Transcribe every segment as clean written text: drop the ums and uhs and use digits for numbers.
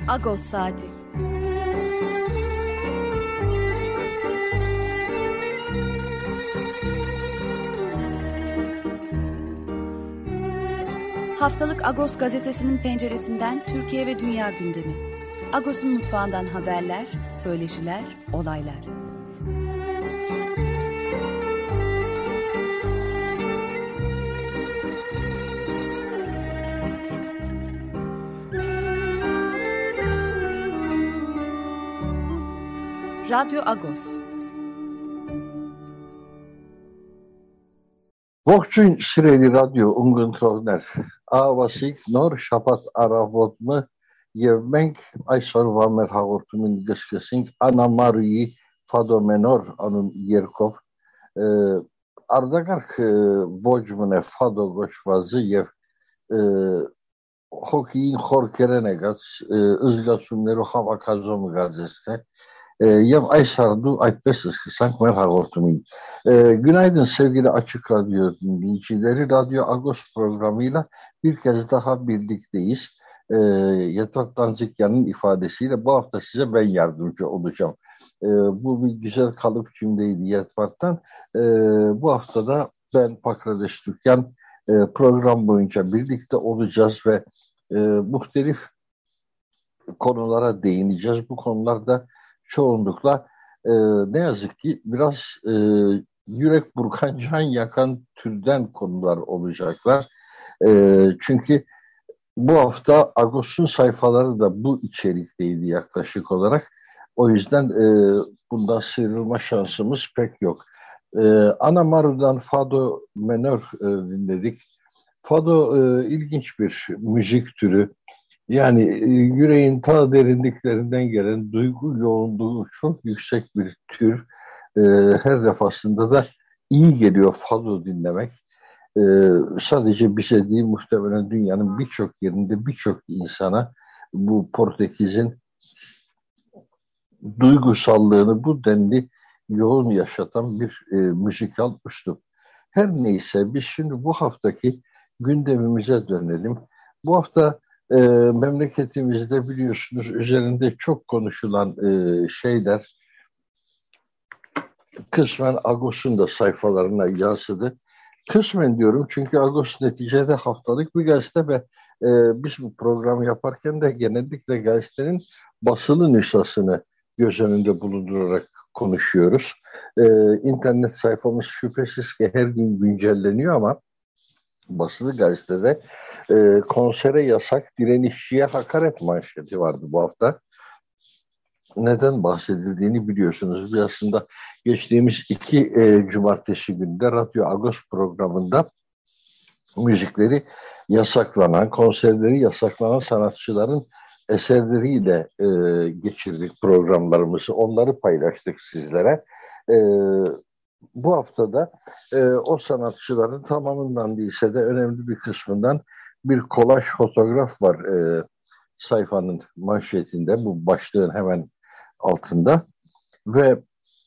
Agos Saati. Haftalık Agos gazetesinin penceresinden Türkiye ve dünya gündemi. Agos'un mutfağından haberler, söyleşiler, olaylar. Radyo Agos. Ողջույն սիրելի ռադիո ունգընտրողներ, ահավասիկ նոր շաբաթ առավոտը եւ մենք այսօրվա մեր հաղորդումին կսկսենք Անամարուի Ֆադոմենոր անուն երգով արտակարգ ոչ մնե Ֆադո գոչվածը եւ հոգին խորքերեն եկած զգացումներով հավաքածու մգացեցե Եվ այս հարդու այդպես սկսանք մեր հաղորդումին։ Günaydın sevgili Açık Radyo dinleyicileri. Radyo Agos programıyla bir kez daha birlikteyiz. Yetvat Danzikyan'ın ifadesiyle bu hafta size ben yardımcı olacağım. Bu bir güzel kalıp cümleydi Yetvat'tan. Bu hafta da ben Pakradeş Türkyan program boyunca birlikte olacağız ve muhtelif konulara değineceğiz. Bu konularda çoğunlukla ne yazık ki biraz yürek burkan, can yakan türden konular olacaklar. Çünkü bu hafta Agos'un sayfaları da bu içerikteydi yaklaşık olarak. O yüzden bundan sıyrılma şansımız pek yok. Anamaru'dan Fado Menor dinledik. Fado ilginç bir müzik türü. Yani yüreğin ta derinliklerinden gelen duygu yoğunluğu çok yüksek bir tür. Her defasında da iyi geliyor fado dinlemek. Sadece bize değil muhtemelen dünyanın birçok yerinde birçok insana bu Portekiz'in duygusallığını bu denli yoğun yaşatan bir müzikal üslup. Her neyse biz şimdi bu haftaki gündemimize dönelim. Bu hafta memleketimizde biliyorsunuz üzerinde çok konuşulan şeyler kısmen Agos'un da sayfalarına yansıdı. Kısmen diyorum çünkü Agos neticede haftalık bir gazete ve biz bu programı yaparken de genellikle gazetenin basılı nüshasını göz önünde bulundurarak konuşuyoruz. İnternet sayfamız şüphesiz ki her gün güncelleniyor ama basılı gazetede konsere yasak, direnişçiye hakaret manşeti vardı bu hafta. Neden bahsedildiğini biliyorsunuz. Biz aslında geçtiğimiz 2 cumartesi günde Radyo Agos programında müzikleri yasaklanan, konserleri yasaklanan sanatçıların eserleriyle geçirdik programlarımızı. Onları paylaştık sizlere. Bu haftada o sanatçıların tamamından değilse de önemli bir kısmından bir kolaj fotoğraf var sayfanın manşetinde, bu başlığın hemen altında ve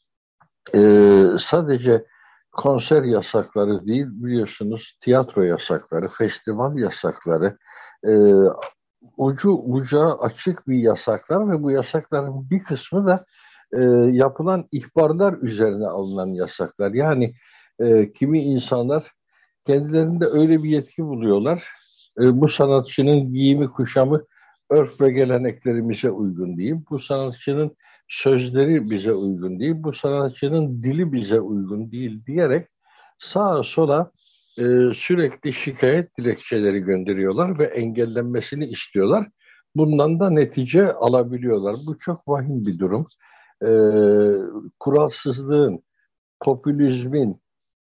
sadece konser yasakları değil biliyorsunuz tiyatro yasakları, festival yasakları, ucu bucağı açık bir yasaklar ve bu yasakların bir kısmı da yapılan ihbarlar üzerine alınan yasaklar. Yani kimi insanlar kendilerinde öyle bir yetki buluyorlar. Bu sanatçının giyimi, kuşamı örf ve geleneklerimize uygun değil. Bu sanatçının sözleri bize uygun değil. Bu sanatçının dili bize uygun değil diyerek sağa sola sürekli şikayet dilekçeleri gönderiyorlar ve engellenmesini istiyorlar. Bundan da netice alabiliyorlar. Bu çok vahim bir durum. Kuralsızlığın, popülizmin,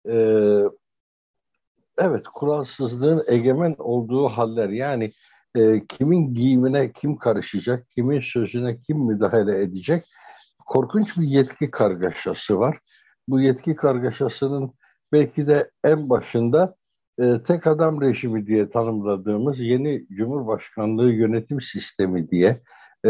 kuralsızlığın egemen olduğu haller, yani kimin giyimine kim karışacak, kimin sözüne kim müdahale edecek, korkunç bir yetki kargaşası var. Bu yetki kargaşasının belki de en başında tek adam rejimi diye tanımladığımız yeni Cumhurbaşkanlığı yönetim sistemi diye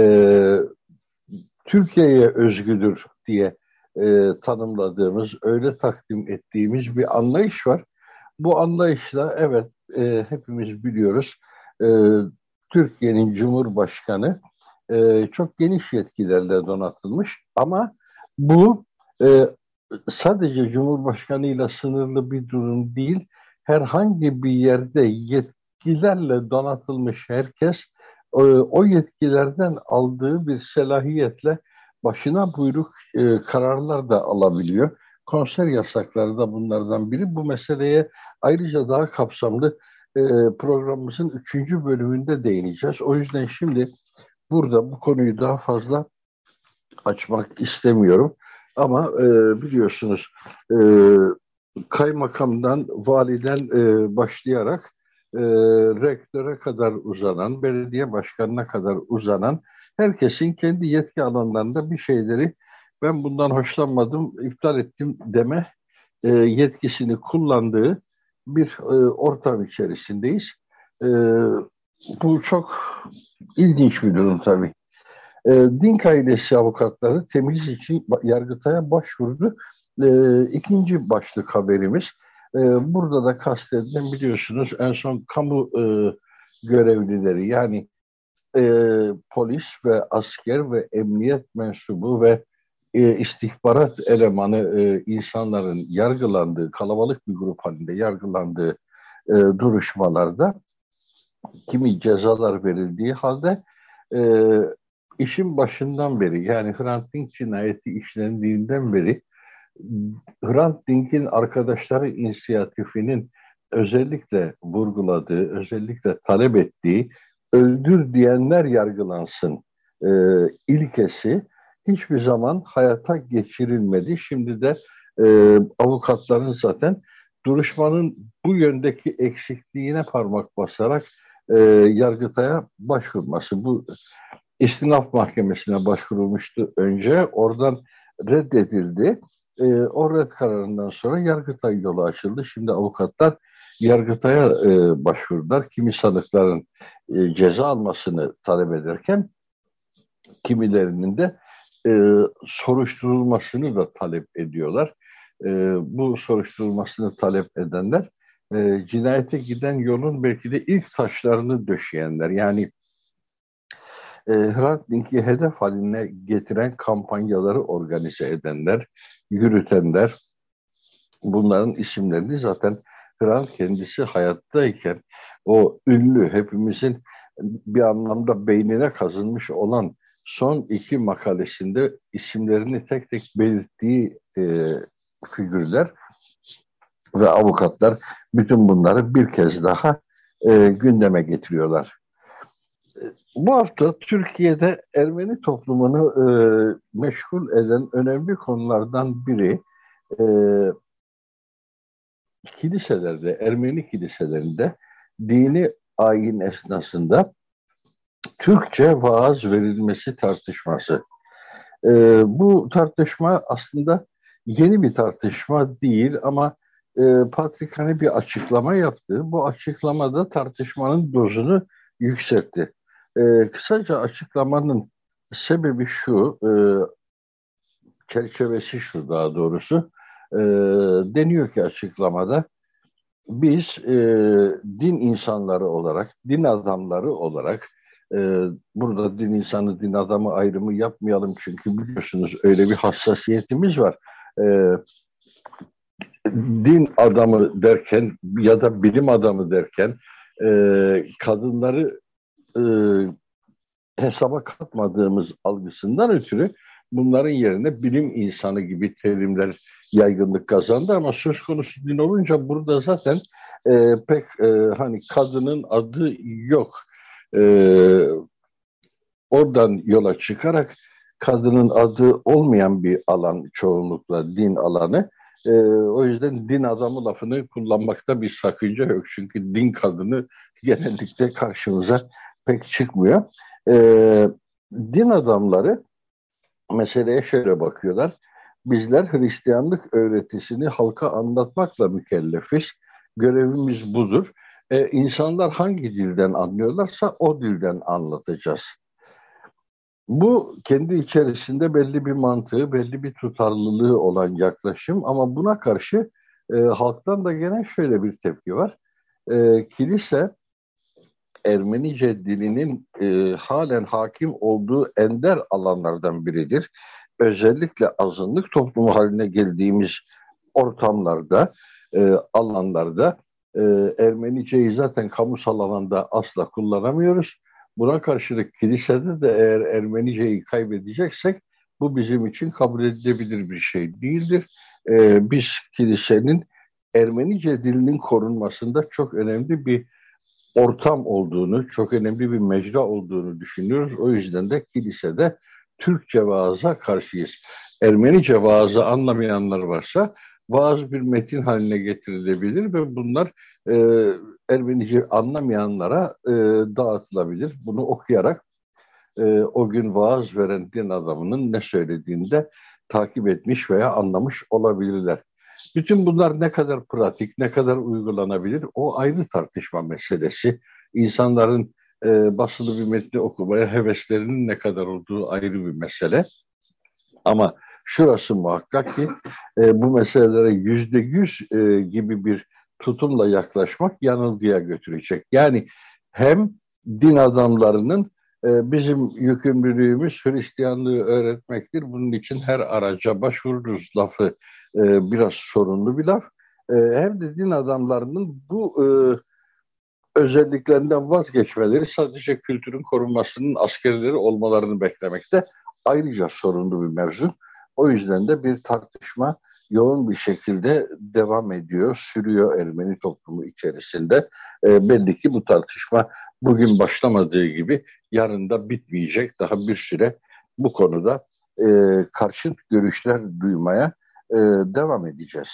Türkiye'ye özgüdür diye tanımladığımız, öyle takdim ettiğimiz bir anlayış var. Bu anlayışla hepimiz biliyoruz Türkiye'nin Cumhurbaşkanı çok geniş yetkilerle donatılmış ama bu e, sadece Cumhurbaşkanıyla sınırlı bir durum değil. Herhangi bir yerde yetkilerle donatılmış herkes o yetkilerden aldığı bir selahiyetle başına buyruk kararlar da alabiliyor. Konser yasakları da bunlardan biri. Bu meseleye ayrıca daha kapsamlı e, programımızın 3. bölümünde değineceğiz. O yüzden şimdi burada bu konuyu daha fazla açmak istemiyorum. Ama biliyorsunuz e, kaymakamdan, validen başlayarak rektöre kadar uzanan, belediye başkanına kadar uzanan herkesin kendi yetki alanlarında bir şeyleri ben bundan hoşlanmadım, iptal ettim deme yetkisini kullandığı bir ortam içerisindeyiz. E, Bu çok ilginç bir durum tabii. Dink ailesi avukatları temiz için Yargıtay'a başvurdu. İkinci başlık haberimiz. Burada da kastedilen biliyorsunuz en son kamu görevlileri yani polis ve asker ve emniyet mensubu ve istihbarat elemanı insanların yargılandığı, kalabalık bir grup halinde yargılandığı duruşmalarda kimi cezalar verildiği halde e, işin başından beri yani Hrant Dink cinayeti işlendiğinden beri Hrant Dink'in arkadaşları inisiyatifinin özellikle vurguladığı, özellikle talep ettiği öldür diyenler yargılansın e, ilkesi hiçbir zaman hayata geçirilmedi. Şimdi de avukatların zaten duruşmanın bu yöndeki eksikliğine parmak basarak Yargıtay'a başvurması. Bu İstinaf Mahkemesi'ne başvurulmuştu önce. Oradan reddedildi. O red kararından sonra Yargıtay yolu açıldı. Şimdi avukatlar Yargıtay'a başvurdular. Kimi sanıkların ceza almasını talep ederken kimilerinin de soruşturulmasını da talep ediyorlar. Bu soruşturulmasını talep edenler cinayete giden yolun belki de ilk taşlarını döşeyenler. Yani Hrant Dink'i hedef haline getiren kampanyaları organize edenler, yürütenler, bunların isimlerini zaten Hrant kendisi hayattayken o ünlü hepimizin bir anlamda beynine kazınmış olan son 2 makalesinde isimlerini tek tek belirttiği figürler ve avukatlar bütün bunları bir kez daha gündeme getiriyorlar. Bu hafta Türkiye'de Ermeni toplumunu meşgul eden önemli konulardan biri e, kiliselerde, Ermeni kiliselerinde dini ayin esnasında Türkçe vaaz verilmesi tartışması. Bu tartışma aslında yeni bir tartışma değil ama Patrikhane bir açıklama yaptı. Bu açıklamada tartışmanın dozunu yükseltti. Kısaca açıklamanın sebebi şu, çerçevesi şu daha doğrusu. Deniyor ki açıklamada biz din insanları olarak, din adamları olarak burada din insanı, din adamı ayrımı yapmayalım çünkü biliyorsunuz öyle bir hassasiyetimiz var. E, Din adamı derken ya da bilim adamı derken kadınları e, hesaba katmadığımız algısından ötürü bunların yerine bilim insanı gibi terimler yaygınlık kazandı ama söz konusu din olunca burada zaten pek hani kadının adı yok. E, Oradan yola çıkarak kadının adı olmayan bir alan çoğunlukla din alanı. O yüzden din adamı lafını kullanmakta bir sakınca yok. Çünkü din kadını genellikle karşımıza pek çıkmıyor. Din adamları meseleye şöyle bakıyorlar. Bizler Hristiyanlık öğretisini halka anlatmakla mükellefiz. Görevimiz budur. İnsanlar hangi dilden anlıyorlarsa o dilden anlatacağız. Bu kendi içerisinde belli bir mantığı, belli bir tutarlılığı olan yaklaşım ama buna karşı halktan da gene şöyle bir tepki var. Kilise Ermenice dilinin halen hakim olduğu ender alanlardan biridir. Özellikle azınlık toplumu haline geldiğimiz ortamlarda, alanlarda Ermeniceyi zaten kamusal alanda asla kullanamıyoruz. Buna karşılık kilisede de eğer Ermeniceyi kaybedeceksek bu bizim için kabul edilebilir bir şey değildir. Biz kilisenin Ermenice dilinin korunmasında çok önemli bir ortam olduğunu, çok önemli bir mecra olduğunu düşünüyoruz. O yüzden de kilisede Türkçe vaaza karşıyız. Ermenice vaazı anlamayanlar varsa vaaz bir metin haline getirilebilir ve bunlar e, Ermenice anlamayanlara dağıtılabilir. Bunu okuyarak o gün vaaz veren din adamının ne söylediğini de takip etmiş veya anlamış olabilirler. Bütün bunlar ne kadar pratik, ne kadar uygulanabilir o ayrı tartışma meselesi. İnsanların basılı bir metni okumaya heveslerinin ne kadar olduğu ayrı bir mesele. Ama şurası muhakkak ki bu meselelere %100 gibi bir tutumla yaklaşmak yanılgıya götürecek. Yani hem din adamlarının bizim yükümlülüğümüz Hristiyanlığı öğretmektir. Bunun için her araca başvururuz lafı biraz sorunlu bir laf. Hem de din adamlarının bu özelliklerinden vazgeçmeleri sadece kültürün korunmasının askerleri olmalarını beklemekte ayrıca sorunlu bir mevzu. O yüzden de bir tartışma yoğun bir şekilde devam ediyor, sürüyor Ermeni toplumu içerisinde. Belli ki bu tartışma bugün başlamadığı gibi yarın da bitmeyecek. Daha bir süre bu konuda karşıt görüşler duymaya devam edeceğiz.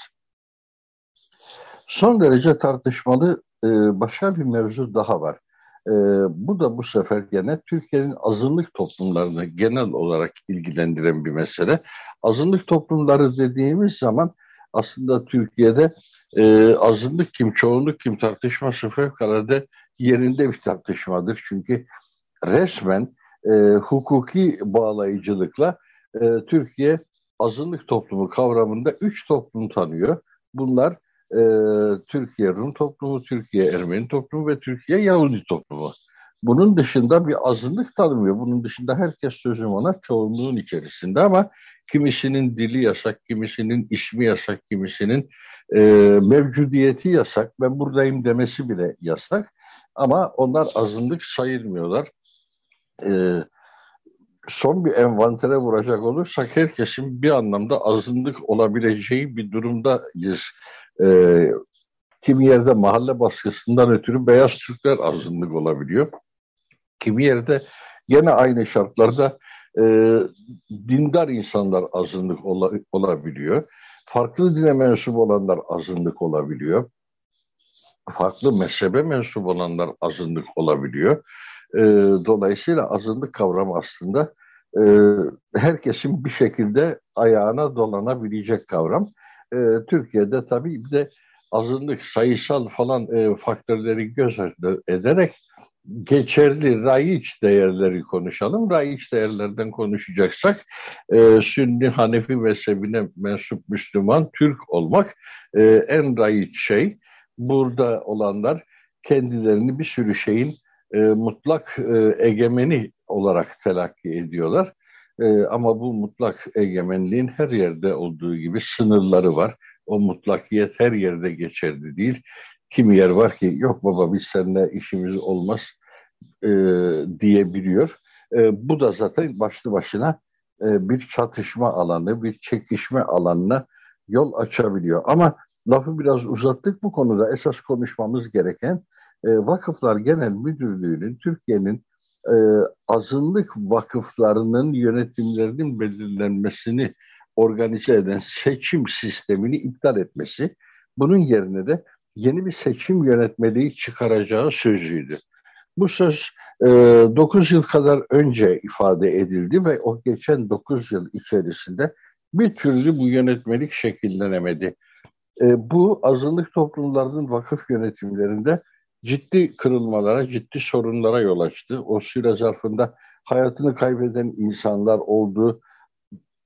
Son derece tartışmalı başka bir mevzu daha var. Bu da bu sefer gene Türkiye'nin azınlık toplumlarını genel olarak ilgilendiren bir mesele. Azınlık toplumları dediğimiz zaman aslında Türkiye'de azınlık kim, çoğunluk kim tartışması fevkalade yerinde bir tartışmadır. Çünkü resmen hukuki bağlayıcılıkla Türkiye azınlık toplumu kavramında 3 toplum tanıyor. Bunlar Türkiye Rum toplumu, Türkiye Ermeni toplumu ve Türkiye Yahudi toplumu. Bunun dışında bir azınlık tanımıyor. Bunun dışında herkes sözüm ona çoğunluğun içerisinde ama kimisinin dili yasak, kimisinin ismi yasak, kimisinin mevcudiyeti yasak. Ben buradayım demesi bile yasak. Ama onlar azınlık sayılmıyorlar. Son bir envantere vuracak olursak herkesin bir anlamda azınlık olabileceği bir durumdayız. Kimi yerde mahalle baskısından ötürü beyaz Türkler azınlık olabiliyor. Kimi yerde gene aynı şartlarda dindar insanlar azınlık olabiliyor. Farklı dine mensup olanlar azınlık olabiliyor. Farklı mezhebe mensup olanlar azınlık olabiliyor. Dolayısıyla azınlık kavramı aslında herkesin bir şekilde ayağına dolanabilecek kavram. Türkiye'de tabii bir de azınlık sayısal falan faktörleri göz önünde ederek geçerli raiç değerleri konuşalım. Raiç değerlerden konuşacaksak Sünni Hanefi mezhebine mensup Müslüman Türk olmak en raiç şey. Burada olanlar kendilerini bir sürü şeyin mutlak egemeni olarak telakki ediyorlar. Ama bu mutlak egemenliğin her yerde olduğu gibi sınırları var. O mutlakiyet her yerde geçerli değil. Kimi yer var ki yok baba biz seninle işimiz olmaz diyebiliyor. Bu da zaten başlı başına bir çatışma alanı, bir çekişme alanına yol açabiliyor. Ama lafı biraz uzattık bu konuda. Esas konuşmamız gereken Vakıflar Genel Müdürlüğü'nün Türkiye'nin e, azınlık vakıflarının yönetimlerinin belirlenmesini organize eden seçim sistemini iptal etmesi, bunun yerine de yeni bir seçim yönetmeliği çıkaracağı sözüydü. Bu söz 9 yıl kadar önce ifade edildi ve o geçen 9 yıl içerisinde bir türlü bu yönetmelik şekillenemedi. Bu azınlık toplumlarının vakıf yönetimlerinde ciddi kırılmalara, ciddi sorunlara yol açtı. O süre zarfında hayatını kaybeden insanlar oldu.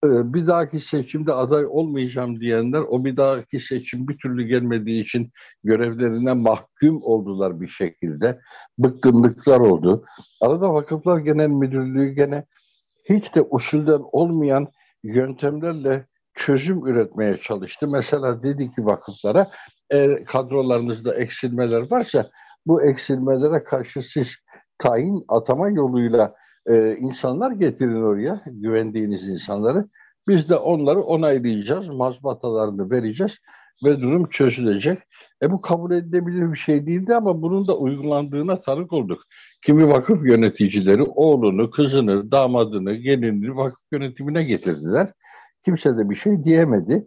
Bir dahaki seçimde aday olmayacağım diyenler o bir dahaki seçim bir türlü gelmediği için görevlerine mahkum oldular bir şekilde. Bıkkınlıklar oldu. Arada Vakıflar Genel Müdürlüğü gene hiç de usulden olmayan yöntemlerle çözüm üretmeye çalıştı. Mesela dedi ki vakıflara kadrolarınızda eksilmeler varsa bu eksilmelere karşı siz tayin atama yoluyla insanlar getirin oraya, güvendiğiniz insanları. Biz de onları onaylayacağız, mazbatalarını vereceğiz ve durum çözülecek. Bu kabul edilebilir bir şey değildi ama bunun da uygulandığına tanık olduk. Kimi vakıf yöneticileri oğlunu, kızını, damadını, gelinini vakıf yönetimine getirdiler. Kimse de bir şey diyemedi.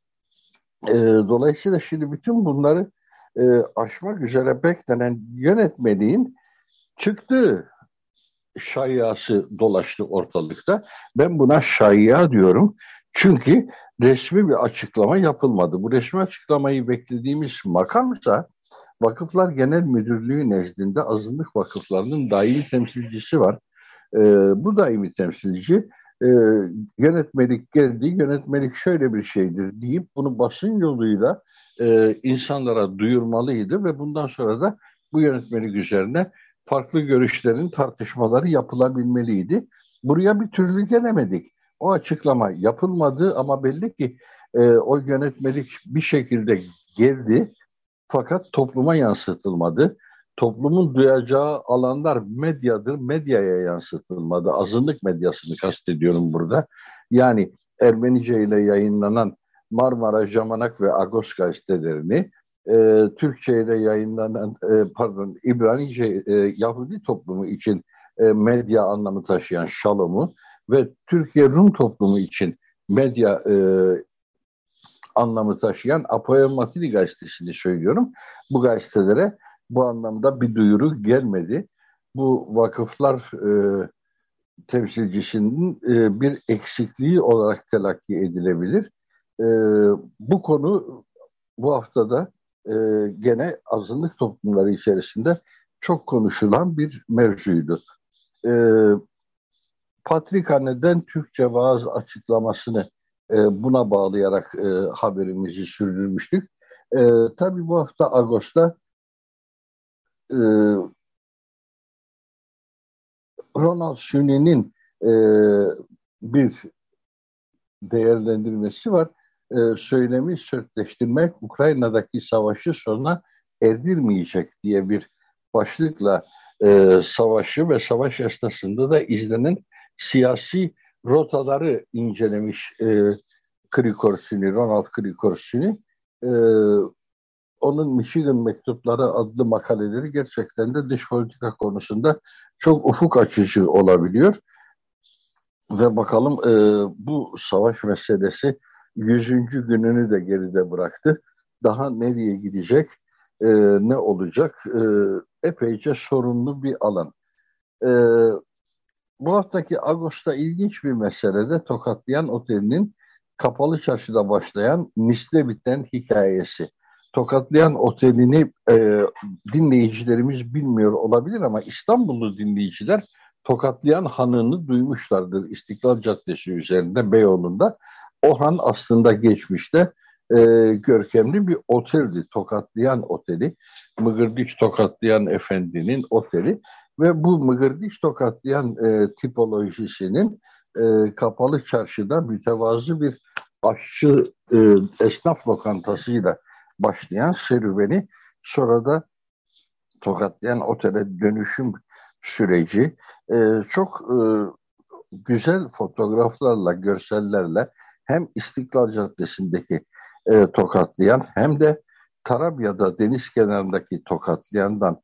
Dolayısıyla şimdi bütün bunları aşmak üzere beklenen yönetmeliğin çıktığı şayiası dolaştı ortalıkta. Ben buna şaiya diyorum. Çünkü resmi bir açıklama yapılmadı. Bu resmi açıklamayı beklediğimiz makamsa Vakıflar Genel Müdürlüğü nezdinde azınlık vakıflarının daimi temsilcisi var. Bu daimi temsilci e, yönetmelik geldi, yönetmelik şöyle bir şeydir deyip bunu basın yoluyla insanlara duyurmalıydı ve bundan sonra da bu yönetmelik üzerine farklı görüşlerin tartışmaları yapılabilmeliydi. Buraya bir türlü gelemedik. O açıklama yapılmadı ama belli ki o yönetmelik bir şekilde geldi fakat topluma yansıtılmadı. Toplumun duyacağı alanlar medyadır, medyaya yansıtılmadı. Azınlık medyasını kastediyorum burada. Yani Ermenice ile yayınlanan Marmara, Jamanak ve Agos gazetelerini, Türkçe ile yayınlanan, İbranice Yahudi toplumu için medya anlamı taşıyan Şalom'u ve Türkiye Rum toplumu için medya anlamı taşıyan Apoematili gazetesini söylüyorum. Bu gazetelere bu anlamda bir duyuru gelmedi. Bu vakıflar temsilcisinin bir eksikliği olarak telakki edilebilir. E, Bu konu bu haftada gene azınlık toplumları içerisinde çok konuşulan bir mevzuydu. E, Patrikhane'den Türkçe vaaz açıklamasını buna bağlayarak haberimizi sürdürmüştük. Tabii bu hafta Ağustos'ta e, Ronald Süni'nin bir değerlendirmesi var. Söylemi sertleştirmek Ukrayna'daki savaşı sona erdirmeyecek diye bir başlıkla savaşı ve savaş esnasında da izlenen siyasi rotaları incelemiş Krikor Süni, Ronald Krikor Süni. Onun Michigan Mektupları adlı makaleleri gerçekten de dış politika konusunda çok ufuk açıcı olabiliyor. Ve bakalım bu savaş meselesi 100. gününü de geride bıraktı. Daha nereye gidecek, ne olacak? Epeyce sorunlu bir alan. E, Bu haftaki Ağustos'ta ilginç bir meselede Tokatlayan Oteli'nin Kapalı Çarşı'da başlayan Nis'te biten hikayesi. Tokatlayan Oteli'ni dinleyicilerimiz bilmiyor olabilir ama İstanbullu dinleyiciler Tokatlayan Hanı'nı duymuşlardır İstiklal Caddesi üzerinde Beyoğlu'nda. O han aslında geçmişte görkemli bir oteldi. Tokatlayan Oteli. Mıgırdiç Tokatlayan Efendi'nin oteli. Ve bu mıgırdiç tokatlayan tipolojisinin kapalı çarşıda mütevazı bir aşçı esnaf lokantasıyla başlayan serüveni sonra da tokatlayan otele dönüşüm süreci çok güzel fotoğraflarla, görsellerle hem İstiklal Caddesi'ndeki tokatlayan hem de Tarabya'da deniz kenarındaki tokatlayandan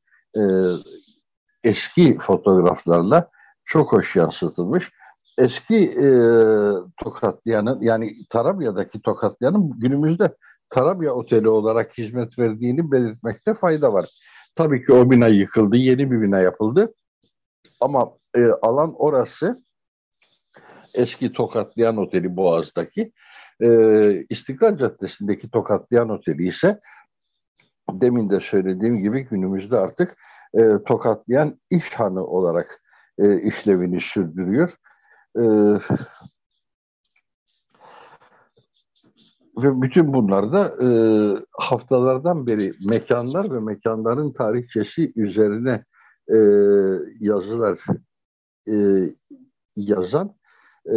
eski fotoğraflarla çok hoş yansıtılmış. Eski Tokatlıyan'ın yani Tarabya'daki Tokatlıyan'ın günümüzde Tarabya Oteli olarak hizmet verdiğini belirtmekte fayda var. Tabii ki o bina yıkıldı, yeni bir bina yapıldı. Ama alan orası eski Tokatlayan Oteli Boğaz'daki. İstiklal Caddesi'ndeki Tokatlayan Oteli ise demin de söylediğim gibi günümüzde artık tokatlayan iş hanı olarak işlevini sürdürüyor. Ve bütün bunlar da haftalardan beri mekanlar ve mekanların tarihçesi üzerine e, yazılar e, yazan e,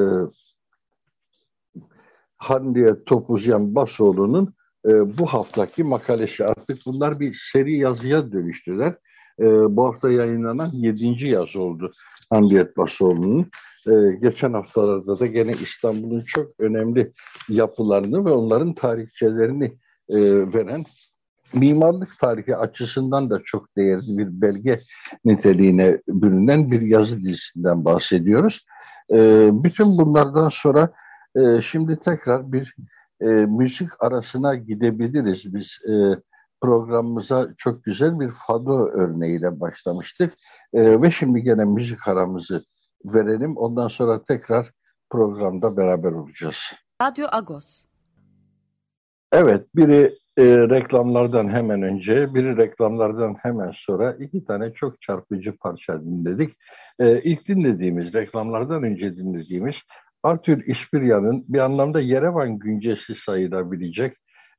Hamdiye Topuzyan Basoğlu'nun bu haftaki makalesi. Artık bunlar bir seri yazıya dönüştüler. Bu hafta yayınlanan 7. yazı oldu Hamdiye Basoğlu'nun. Geçen haftalarda da gene İstanbul'un çok önemli yapılarını ve onların tarihçelerini veren, mimarlık tarihi açısından da çok değerli bir belge niteliğine bürünen bir yazı dizisinden bahsediyoruz. Bütün bunlardan sonra şimdi tekrar bir müzik arasına gidebiliriz. Biz programımıza çok güzel bir fado örneğiyle başlamıştık. Ve şimdi gene müzik aramızı verelim. Ondan sonra tekrar programda beraber olacağız. Radyo Agos. Evet, biri reklamlardan hemen önce, biri reklamlardan hemen sonra iki tane çok çarpıcı parça dinledik. İlk dinlediğimiz, reklamlardan önce dinlediğimiz Arthur Ispiria'nın bir anlamda Yerevan güncesi sayılabilecek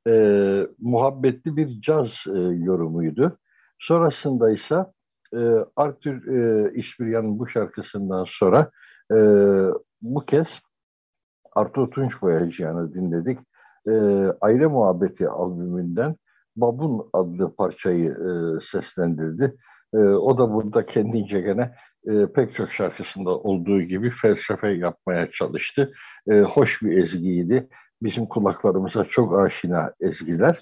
muhabbetli bir caz yorumuydu. Sonrasında ise Arthur Ispiria'nın bu şarkısından sonra e, bu kez Artur Tunç Boyacıyan'ı dinledik. Aile Muhabbeti albümünden Babun adlı parçayı seslendirdi. O da burada kendince gene pek çok şarkısında olduğu gibi felsefe yapmaya çalıştı. Hoş bir ezgiydi. Bizim kulaklarımıza çok aşina ezgiler.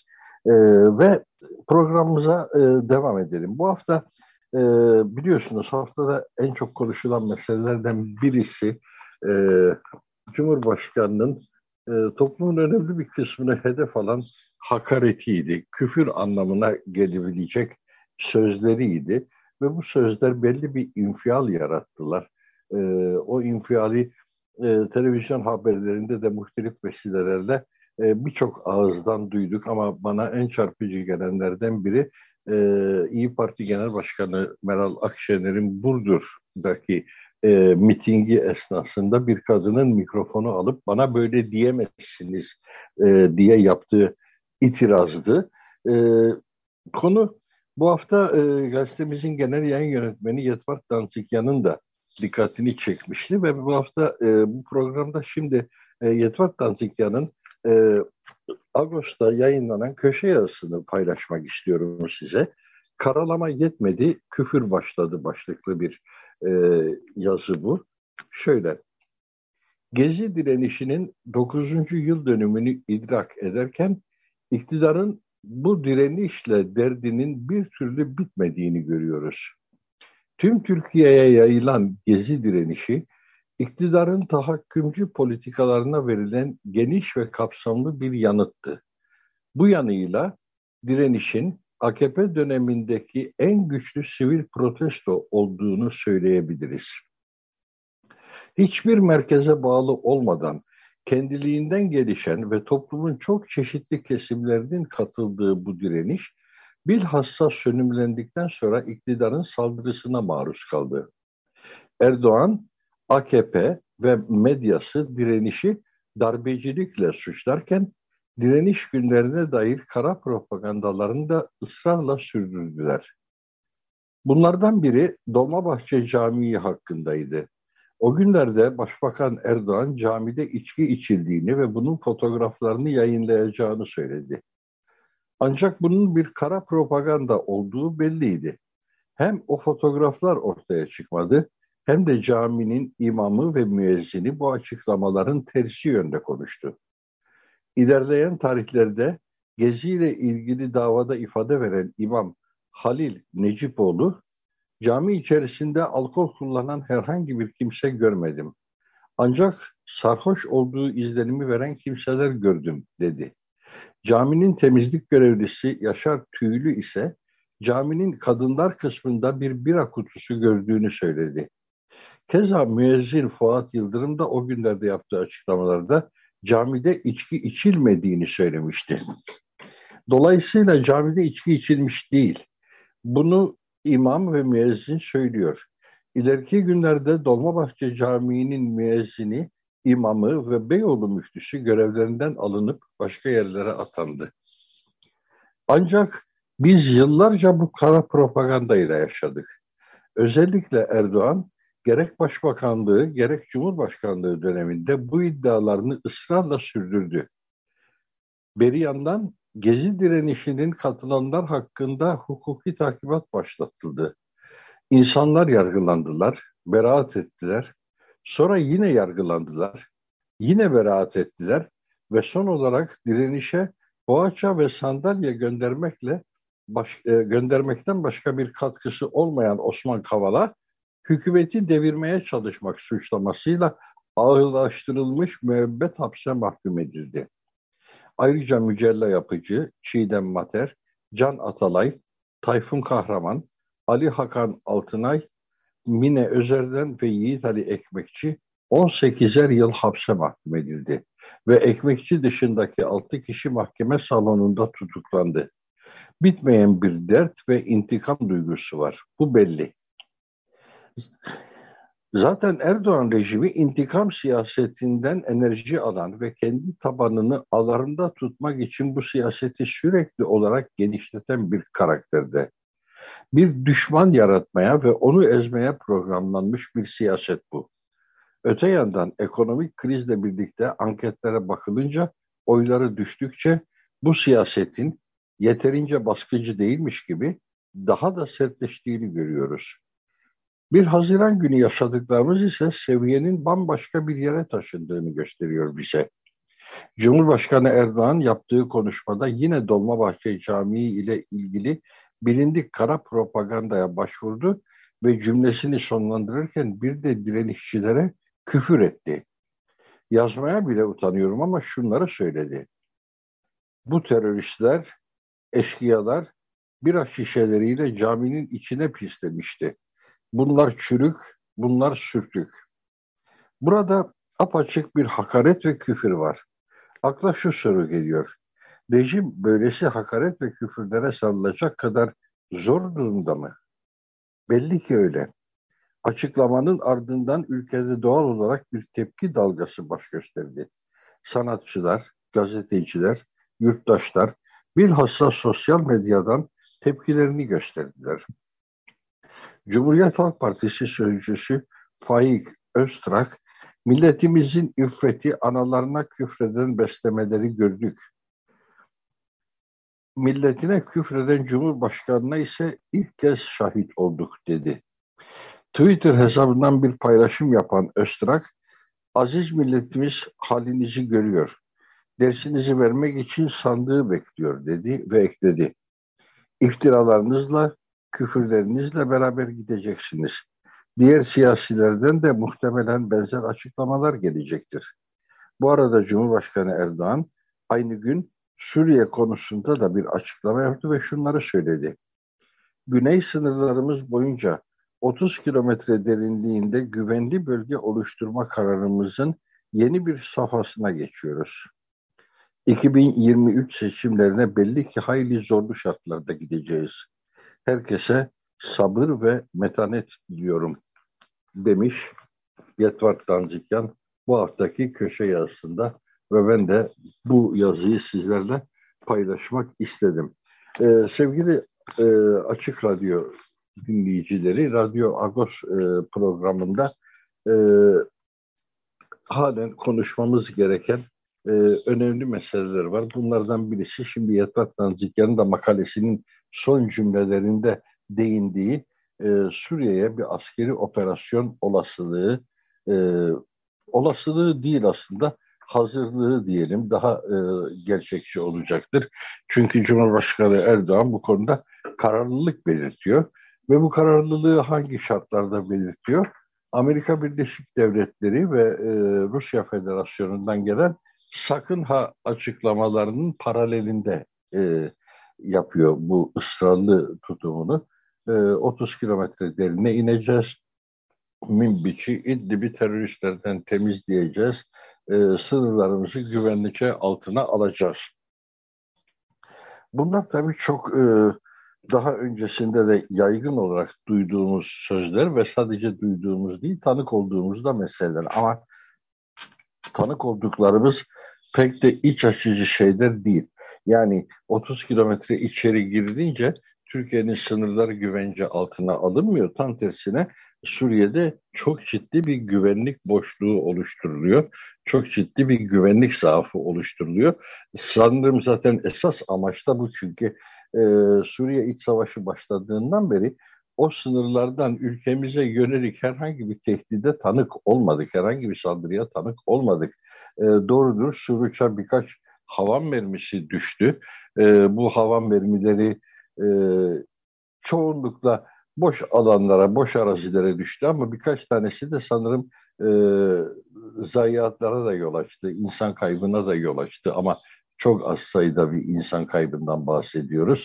Ve programımıza devam edelim. Bu hafta biliyorsunuz haftada en çok konuşulan meselelerden birisi e, Cumhurbaşkanı'nın toplumun önemli bir kısmını hedef alan hakaretiydi. Küfür anlamına gelebilecek sözleriydi. Ve bu sözler belli bir infial yarattılar. E, O infiali televizyon haberlerinde de muhtelif vesilelerle birçok ağızdan duyduk. Ama bana en çarpıcı gelenlerden biri İyi Parti Genel Başkanı Meral Akşener'in Burdur'daki mitingi esnasında bir kadının mikrofonu alıp bana böyle diyemezsiniz diye yaptığı itirazdı. E, Konu bu hafta gazetemizin genel yayın yönetmeni Yetvart Dantikyan'ın da dikkatini çekmişti ve bu hafta bu programda şimdi Yetvart Dantikyan'ın e, Ağustos'ta yayınlanan köşe yazısını paylaşmak istiyorum size. Karalama yetmedi, küfür başladı başlıklı bir e, yazı bu. Şöyle, Gezi direnişinin 9. yıl dönümünü idrak ederken iktidarın bu direnişle derdinin bir türlü bitmediğini görüyoruz. Tüm Türkiye'ye yayılan Gezi direnişi, iktidarın tahakkümcü politikalarına verilen geniş ve kapsamlı bir yanıttı. Bu yanıyla direnişin AKP dönemindeki en güçlü sivil protesto olduğunu söyleyebiliriz. Hiçbir merkeze bağlı olmadan kendiliğinden gelişen ve toplumun çok çeşitli kesimlerinin katıldığı bu direniş, bilhassa sönümlendikten sonra iktidarın saldırısına maruz kaldı. Erdoğan, AKP ve medyası direnişi darbecilikle suçlarken, direniş günlerine dair kara propagandalarını da ısrarla sürdürdüler. Bunlardan biri Dolmabahçe Camii hakkındaydı. O günlerde Başbakan Erdoğan camide içki içildiğini ve bunun fotoğraflarını yayınlayacağını söyledi. Ancak bunun bir kara propaganda olduğu belliydi. Hem o fotoğraflar ortaya çıkmadı, hem de caminin imamı ve müezzini bu açıklamaların tersi yönde konuştu. İlerleyen tarihlerde Gezi ile ilgili davada ifade veren İmam Halil Necipoğlu, cami içerisinde alkol kullanan herhangi bir kimse görmedim. Ancak sarhoş olduğu izlenimi veren kimseler gördüm dedi. Caminin temizlik görevlisi Yaşar Tüylü ise caminin kadınlar kısmında bir bira kutusu gördüğünü söyledi. Keza müezzin Fuat Yıldırım da o günlerde yaptığı açıklamalarda camide içki içilmediğini söylemişti. Dolayısıyla camide içki içilmiş değil. Bunu imam ve müezzin söylüyor. İleriki günlerde Dolmabahçe Camii'nin müezzini imamı ve Beyoğlu müftüsü görevlerinden alınıp başka yerlere atandı. Ancak biz yıllarca bu kara propagandayla yaşadık. Özellikle Erdoğan gerek başbakanlığı gerek cumhurbaşkanlığı döneminde bu iddialarını ısrarla sürdürdü. Bir yandan Gezi direnişinin katılanlar hakkında hukuki takibat başlatıldı. İnsanlar yargılandılar, beraat ettiler. Sonra yine yargılandılar, yine beraat ettiler ve son olarak direnişe poğaça ve sandalye göndermekten başka bir katkısı olmayan Osman Kavala, hükümeti devirmeye çalışmak suçlamasıyla ağırlaştırılmış müebbet hapse mahkum edildi. Ayrıca Mücella Yapıcı, Çiğdem Mater, Can Atalay, Tayfun Kahraman, Ali Hakan Altınay, Mine Özer'den ve Yiğit Ali Ekmekçi 18'er yıl hapse mahkum edildi ve Ekmekçi dışındaki 6 kişi mahkeme salonunda tutuklandı. Bitmeyen bir dert ve intikam duygusu var. Bu belli. Zaten Erdoğan rejimi intikam siyasetinden enerji alan ve kendi tabanını alarında tutmak için bu siyaseti sürekli olarak genişleten bir karakterde. Bir düşman yaratmaya ve onu ezmeye programlanmış bir siyaset bu. Öte yandan ekonomik krizle birlikte anketlere bakılınca oyları düştükçe bu siyasetin yeterince baskıcı değilmiş gibi daha da sertleştiğini görüyoruz. 1 Haziran günü yaşadıklarımız ise seviyenin bambaşka bir yere taşındığını gösteriyor bize. Cumhurbaşkanı Erdoğan yaptığı konuşmada yine Dolmabahçe Camii ile ilgili bilindik kara propagandaya başvurdu ve cümlesini sonlandırırken bir de direnişçilere küfür etti. Yazmaya bile utanıyorum ama şunları söyledi. Bu teröristler, eşkıyalar bira şişeleriyle caminin içine pislemişti. Bunlar çürük, bunlar sürtük. Burada apaçık bir hakaret ve küfür var. Akla şu soru geliyor. Rejim böylesi hakaret ve küfürlere sarılacak kadar zor durumda mı? Belli ki öyle. Açıklamanın ardından ülkede doğal olarak bir tepki dalgası baş gösterdi. Sanatçılar, gazeteciler, yurttaşlar bilhassa sosyal medyadan tepkilerini gösterdiler. Cumhuriyet Halk Partisi sözcüsü Faik Öztrak, milletimizin iffeti analarına küfreden beslemeleri gördük. Milletine küfreden Cumhurbaşkanına ise ilk kez şahit olduk dedi. Twitter hesabından bir paylaşım yapan Öztrak, aziz milletimiz halinizi görüyor. Dersinizi vermek için sandığı bekliyor dedi ve ekledi. İftiralarınızla, küfürlerinizle beraber gideceksiniz. Diğer siyasilerden de muhtemelen benzer açıklamalar gelecektir. Bu arada Cumhurbaşkanı Erdoğan aynı gün Suriye konusunda da bir açıklama yaptı ve şunları söyledi. Güney sınırlarımız boyunca 30 kilometre derinliğinde güvenli bölge oluşturma kararımızın yeni bir safhasına geçiyoruz. 2023 seçimlerine belli ki hayli zorlu şartlarda gideceğiz. Herkese sabır ve metanet diliyorum demiş Yetvar Tanzikyan bu haftaki köşe yazısında ve ben de bu yazıyı sizlerle paylaşmak istedim. Sevgili Açık Radyo dinleyicileri, Radyo Agos programında e, halen konuşmamız gereken önemli meseleler var. Bunlardan birisi şimdi Yetvar Tanzikyan'ın da makalesinin son cümlelerinde değindiği Suriye'ye bir askeri operasyon olasılığı değil aslında, hazırlığı diyelim daha gerçekçi olacaktır. Çünkü Cumhurbaşkanı Erdoğan bu konuda kararlılık belirtiyor ve bu kararlılığı hangi şartlarda belirtiyor? Amerika Birleşik Devletleri ve Rusya Federasyonu'ndan gelen sakın ha açıklamalarının paralelinde yapıyor bu ısrarlı tutumunu. 30 kilometre derine ineceğiz. Minbiç'i, İdlib'i teröristlerden temizleyeceğiz. Sınırlarımızı güvenlice altına alacağız. Bunlar tabii çok daha öncesinde de yaygın olarak duyduğumuz sözler ve sadece duyduğumuz değil, tanık olduğumuz da meseleler. Ama tanık olduklarımız pek de iç açıcı şeyler değil. Yani 30 kilometre içeri girilince Türkiye'nin sınırları güvence altına alınmıyor. Tam tersine Suriye'de çok ciddi bir güvenlik boşluğu oluşturuluyor. Çok ciddi bir güvenlik zaafı oluşturuluyor. Sanırım zaten esas amaç da bu, çünkü e, Suriye İç Savaşı başladığından beri o sınırlardan ülkemize yönelik herhangi bir tehdide tanık olmadık. Herhangi bir saldırıya tanık olmadık. Doğrudur, Suruç'a birkaç havan mermisi düştü. Bu havan mermileri e, çoğunlukla boş alanlara, boş arazilere düştü ama birkaç tanesi de sanırım e, zayiatlara da yol açtı, insan kaybına da yol açtı ama çok az sayıda bir insan kaybından bahsediyoruz.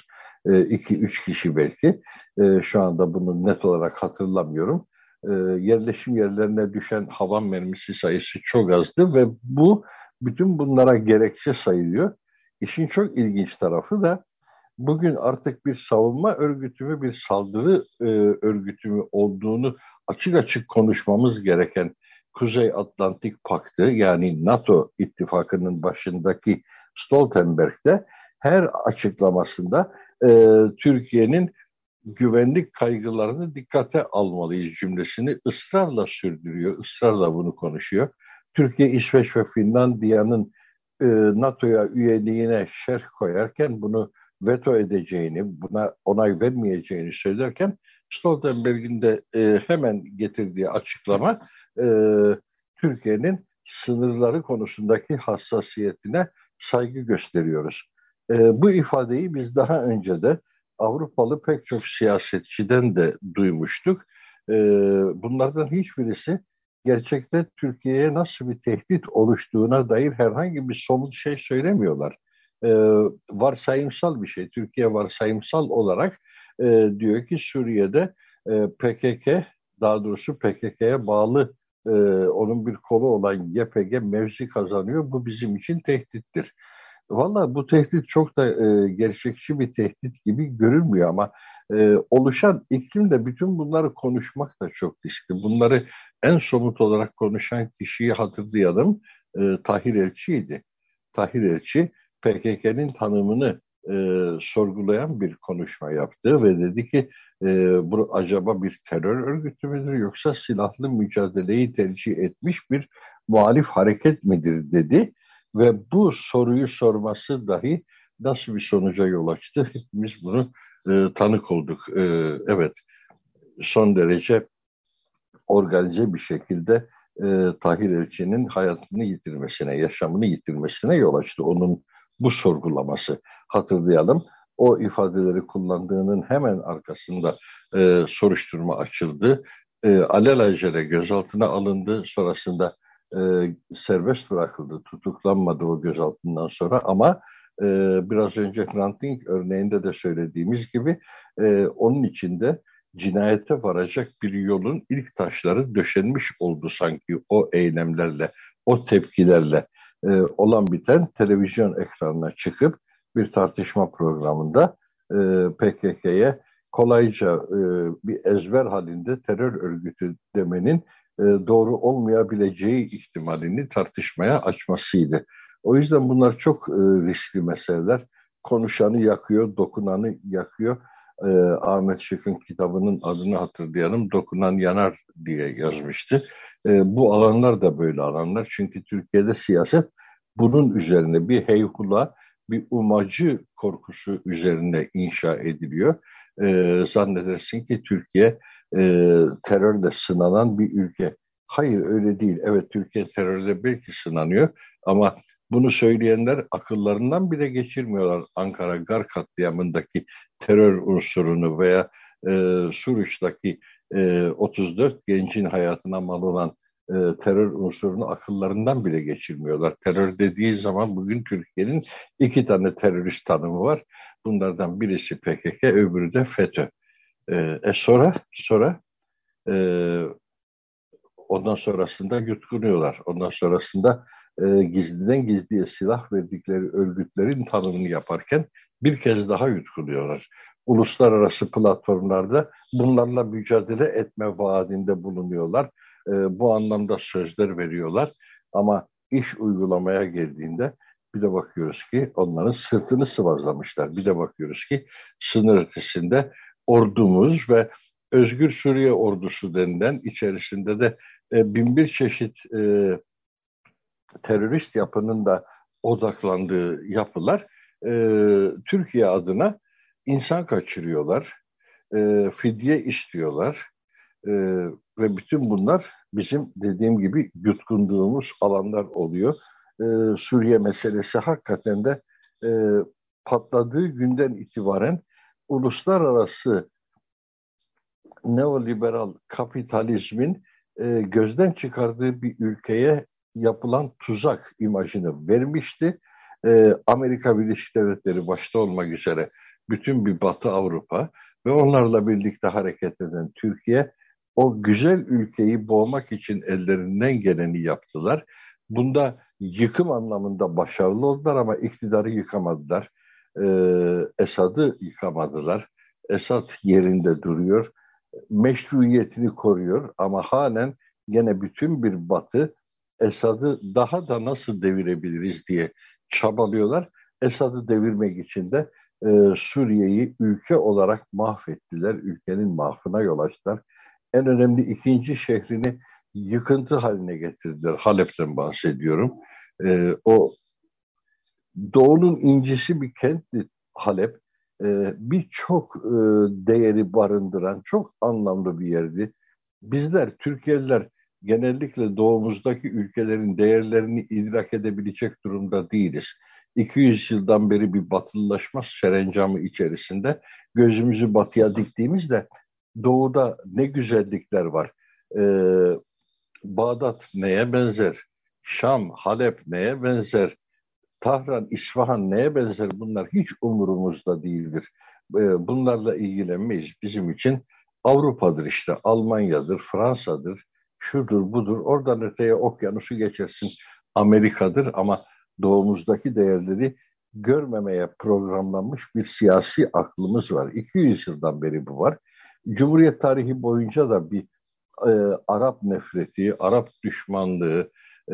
2-3 kişi belki. Şu anda bunu net olarak hatırlamıyorum. Yerleşim yerlerine düşen havan mermisi sayısı çok azdı ve bütün bunlara gerekçe sayılıyor. İşin çok ilginç tarafı da bugün artık bir savunma örgütü mü, bir saldırı örgütü mü olduğunu açık açık konuşmamız gereken Kuzey Atlantik Paktı, yani NATO ittifakının başındaki Stoltenberg'de her açıklamasında Türkiye'nin güvenlik kaygılarını dikkate almalıyız cümlesini ısrarla sürdürüyor, ısrarla bunu konuşuyor. Türkiye, İsveç ve Finlandiya'nın NATO'ya üyeliğine şerh koyarken bunu veto edeceğini, buna onay vermeyeceğini söylerken Stoltenberg'in de hemen getirdiği açıklama e, Türkiye'nin sınırları konusundaki hassasiyetine saygı gösteriyoruz. Bu ifadeyi biz daha önce de Avrupalı pek çok siyasetçiden de duymuştuk. Bunlardan hiçbirisi gerçekte Türkiye'ye nasıl bir tehdit oluştuğuna dair herhangi bir somut şey söylemiyorlar. Varsayımsal bir şey. Türkiye varsayımsal olarak diyor ki Suriye'de PKK, daha doğrusu PKK'ya bağlı onun bir kolu olan YPG mevzi kazanıyor. Bu bizim için tehdittir. Valla bu tehdit çok da gerçekçi bir tehdit gibi görünmüyor ama oluşan iklimde bütün bunları konuşmak da çok riskli. Bunları en somut olarak konuşan kişiyi hatırlayalım. Tahir Elçi'ydi. Tahir Elçi PKK'nın tanımını sorgulayan bir konuşma yaptı ve dedi ki bu acaba bir terör örgütü müdür yoksa silahlı mücadeleyi tercih etmiş bir muhalif hareket midir dedi. Ve bu soruyu sorması dahi nasıl bir sonuca yol açtı? Hepimiz bunu tanık olduk. Evet, son derece organize bir şekilde Tahir Elçi'nin hayatını yitirmesine, yaşamını yitirmesine yol açtı. Onun bu sorgulaması. Hatırlayalım. O ifadeleri kullandığının hemen arkasında soruşturma açıldı. Alelacele gözaltına alındı. Sonrasında e, serbest bırakıldı. Tutuklanmadı o gözaltından sonra ama biraz önce Hrant Dink örneğinde de söylediğimiz gibi onun içinde cinayete varacak bir yolun ilk taşları döşenmiş oldu sanki o eylemlerle, o tepkilerle olan biten televizyon ekranına çıkıp bir tartışma programında PKK'ye kolayca bir ezber halinde terör örgütü demenin doğru olmayabileceği ihtimalini tartışmaya açmasıydı. O yüzden bunlar çok riskli meseleler. Konuşanı yakıyor, dokunanı yakıyor. Ahmet Şık'ın kitabının adını hatırlayalım. Dokunan yanar diye yazmıştı. Bu alanlar da böyle alanlar. Çünkü Türkiye'de siyaset bunun üzerine bir heyhula, bir umacı korkusu üzerine inşa ediliyor. Zannedersin ki Türkiye terörle sınanan bir ülke. Hayır, öyle değil. Evet, Türkiye terörle belki sınanıyor ama bunu söyleyenler akıllarından bile geçirmiyorlar Ankara Gar katliamındaki terör unsurunu veya Suruç'taki 34 gencin hayatına mal olan terör unsurunu akıllarından bile geçirmiyorlar. Terör dediği zaman bugün Türkiye'nin iki tane terörist tanımı var. Bunlardan birisi PKK, öbürü de FETÖ. Sonra e, ondan sonrasında yutkunuyorlar. Ondan sonrasında gizliden gizliye silah verdikleri örgütlerin tanımını yaparken bir kez daha yutkunuyorlar. Uluslararası platformlarda bunlarla mücadele etme vaadinde bulunuyorlar. Bu anlamda sözler veriyorlar. Ama iş uygulamaya geldiğinde bir de bakıyoruz ki onların sırtını sıvazlamışlar. Bir de bakıyoruz ki sınır ötesinde ordumuz ve Özgür Suriye Ordusu denilen içerisinde de bin bir çeşit terörist yapının da odaklandığı yapılar Türkiye adına insan kaçırıyorlar, fidye istiyorlar e, ve bütün bunlar bizim dediğim gibi yutkunduğumuz alanlar oluyor. Suriye meselesi hakikaten de e, patladığı günden itibaren uluslararası neoliberal kapitalizmin gözden çıkardığı bir ülkeye yapılan tuzak imajını vermişti. Amerika Birleşik Devletleri başta olmak üzere bütün bir Batı Avrupa ve onlarla birlikte hareket eden Türkiye o güzel ülkeyi boğmak için ellerinden geleni yaptılar. Bunda yıkım anlamında başarılı oldular ama iktidarı yıkamadılar. Esad'ı yıkamadılar. Esad yerinde duruyor, meşruiyetini koruyor ama halen gene bütün bir Batı Esad'ı daha da nasıl devirebiliriz diye çabalıyorlar. Esad'ı devirmek için de Suriye'yi ülke olarak mahvettiler. Ülkenin mahvına yol açtılar. En önemli ikinci şehrini yıkıntı haline getirdiler. Halep'ten bahsediyorum. O Doğu'nun incisi bir kentti Halep. Birçok değeri barındıran çok anlamlı bir yerdi. Bizler Türkiye'liler genellikle doğumuzdaki ülkelerin değerlerini idrak edebilecek durumda değiliz. 200 yıldan beri bir batılılaşma serencamı içerisinde gözümüzü batıya diktiğimizde doğuda ne güzellikler var. Bağdat neye benzer? Şam, Halep neye benzer? Tahran, İsfahan neye benzer, bunlar hiç umurumuzda değildir. Bunlarla ilgilenmeyiz. Bizim için Avrupa'dır işte, Almanya'dır, Fransa'dır, şudur budur. Oradan öteye okyanusu geçersin, Amerika'dır ama doğumuzdaki değerleri görmemeye programlanmış bir siyasi aklımız var. 200 yıldan beri bu var. Cumhuriyet tarihi boyunca da bir Arap nefreti, Arap düşmanlığı,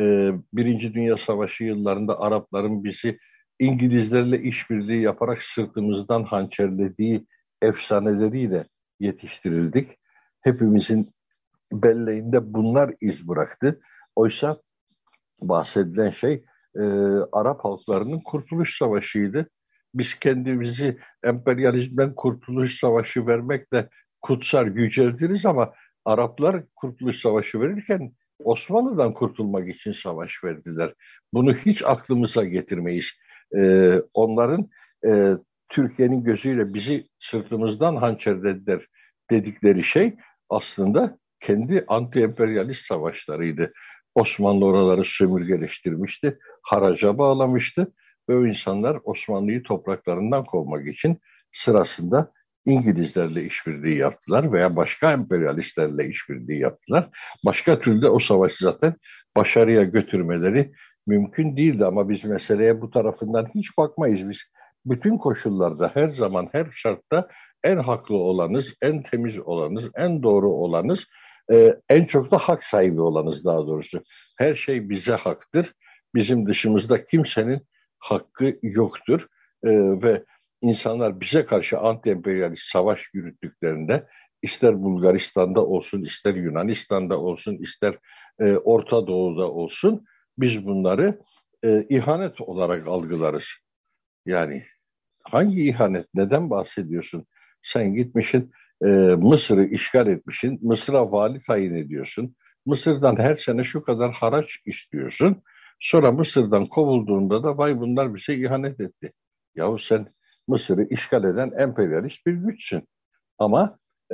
Birinci Dünya Savaşı yıllarında Arapların bizi İngilizlerle işbirliği yaparak sırtımızdan hançerlediği efsaneleriyle yetiştirildik. Hepimizin belleğinde bunlar iz bıraktı. Oysa bahsedilen şey e, Arap halklarının kurtuluş savaşıydı. Biz kendimizi emperyalizmden kurtuluş savaşı vermekle kutsar, yüceltiriz ama Araplar kurtuluş savaşı verirken Osmanlı'dan kurtulmak için savaş verdiler. Bunu hiç aklımıza getirmeyiz. Onların Türkiye'nin gözüyle bizi sırtımızdan hançerlediler dedikleri şey aslında kendi anti-emperyalist savaşlarıydı. Osmanlı oraları sömürgeleştirmişti, haraca bağlamıştı ve o insanlar Osmanlı'yı topraklarından kovmak için sırasında İngilizlerle işbirliği yaptılar veya başka emperyalistlerle işbirliği yaptılar. Başka türlü o savaşı zaten başarıya götürmeleri mümkün değildi ama biz meseleye bu tarafından hiç bakmayız. Biz bütün koşullarda, her zaman, her şartta en haklı olanız, en temiz olanız, en doğru olanız, en çok da hak sahibi olanız daha doğrusu. Her şey bize haktır. Bizim dışımızda kimsenin hakkı yoktur. Ve insanlar bize karşı anti-emperyalist savaş yürüttüklerinde ister Bulgaristan'da olsun, ister Yunanistan'da olsun, ister Orta Doğu'da olsun biz bunları ihanet olarak algılarız. Yani hangi ihanet, neden bahsediyorsun? Sen gitmişsin Mısır'ı işgal etmişsin, Mısır'a vali tayin ediyorsun. Mısır'dan her sene şu kadar haraç istiyorsun. Sonra Mısır'dan kovulduğunda da vay bunlar bize ihanet etti. Yahu sen Mısır'ı işgal eden emperyalist bir güçsün. Ama e,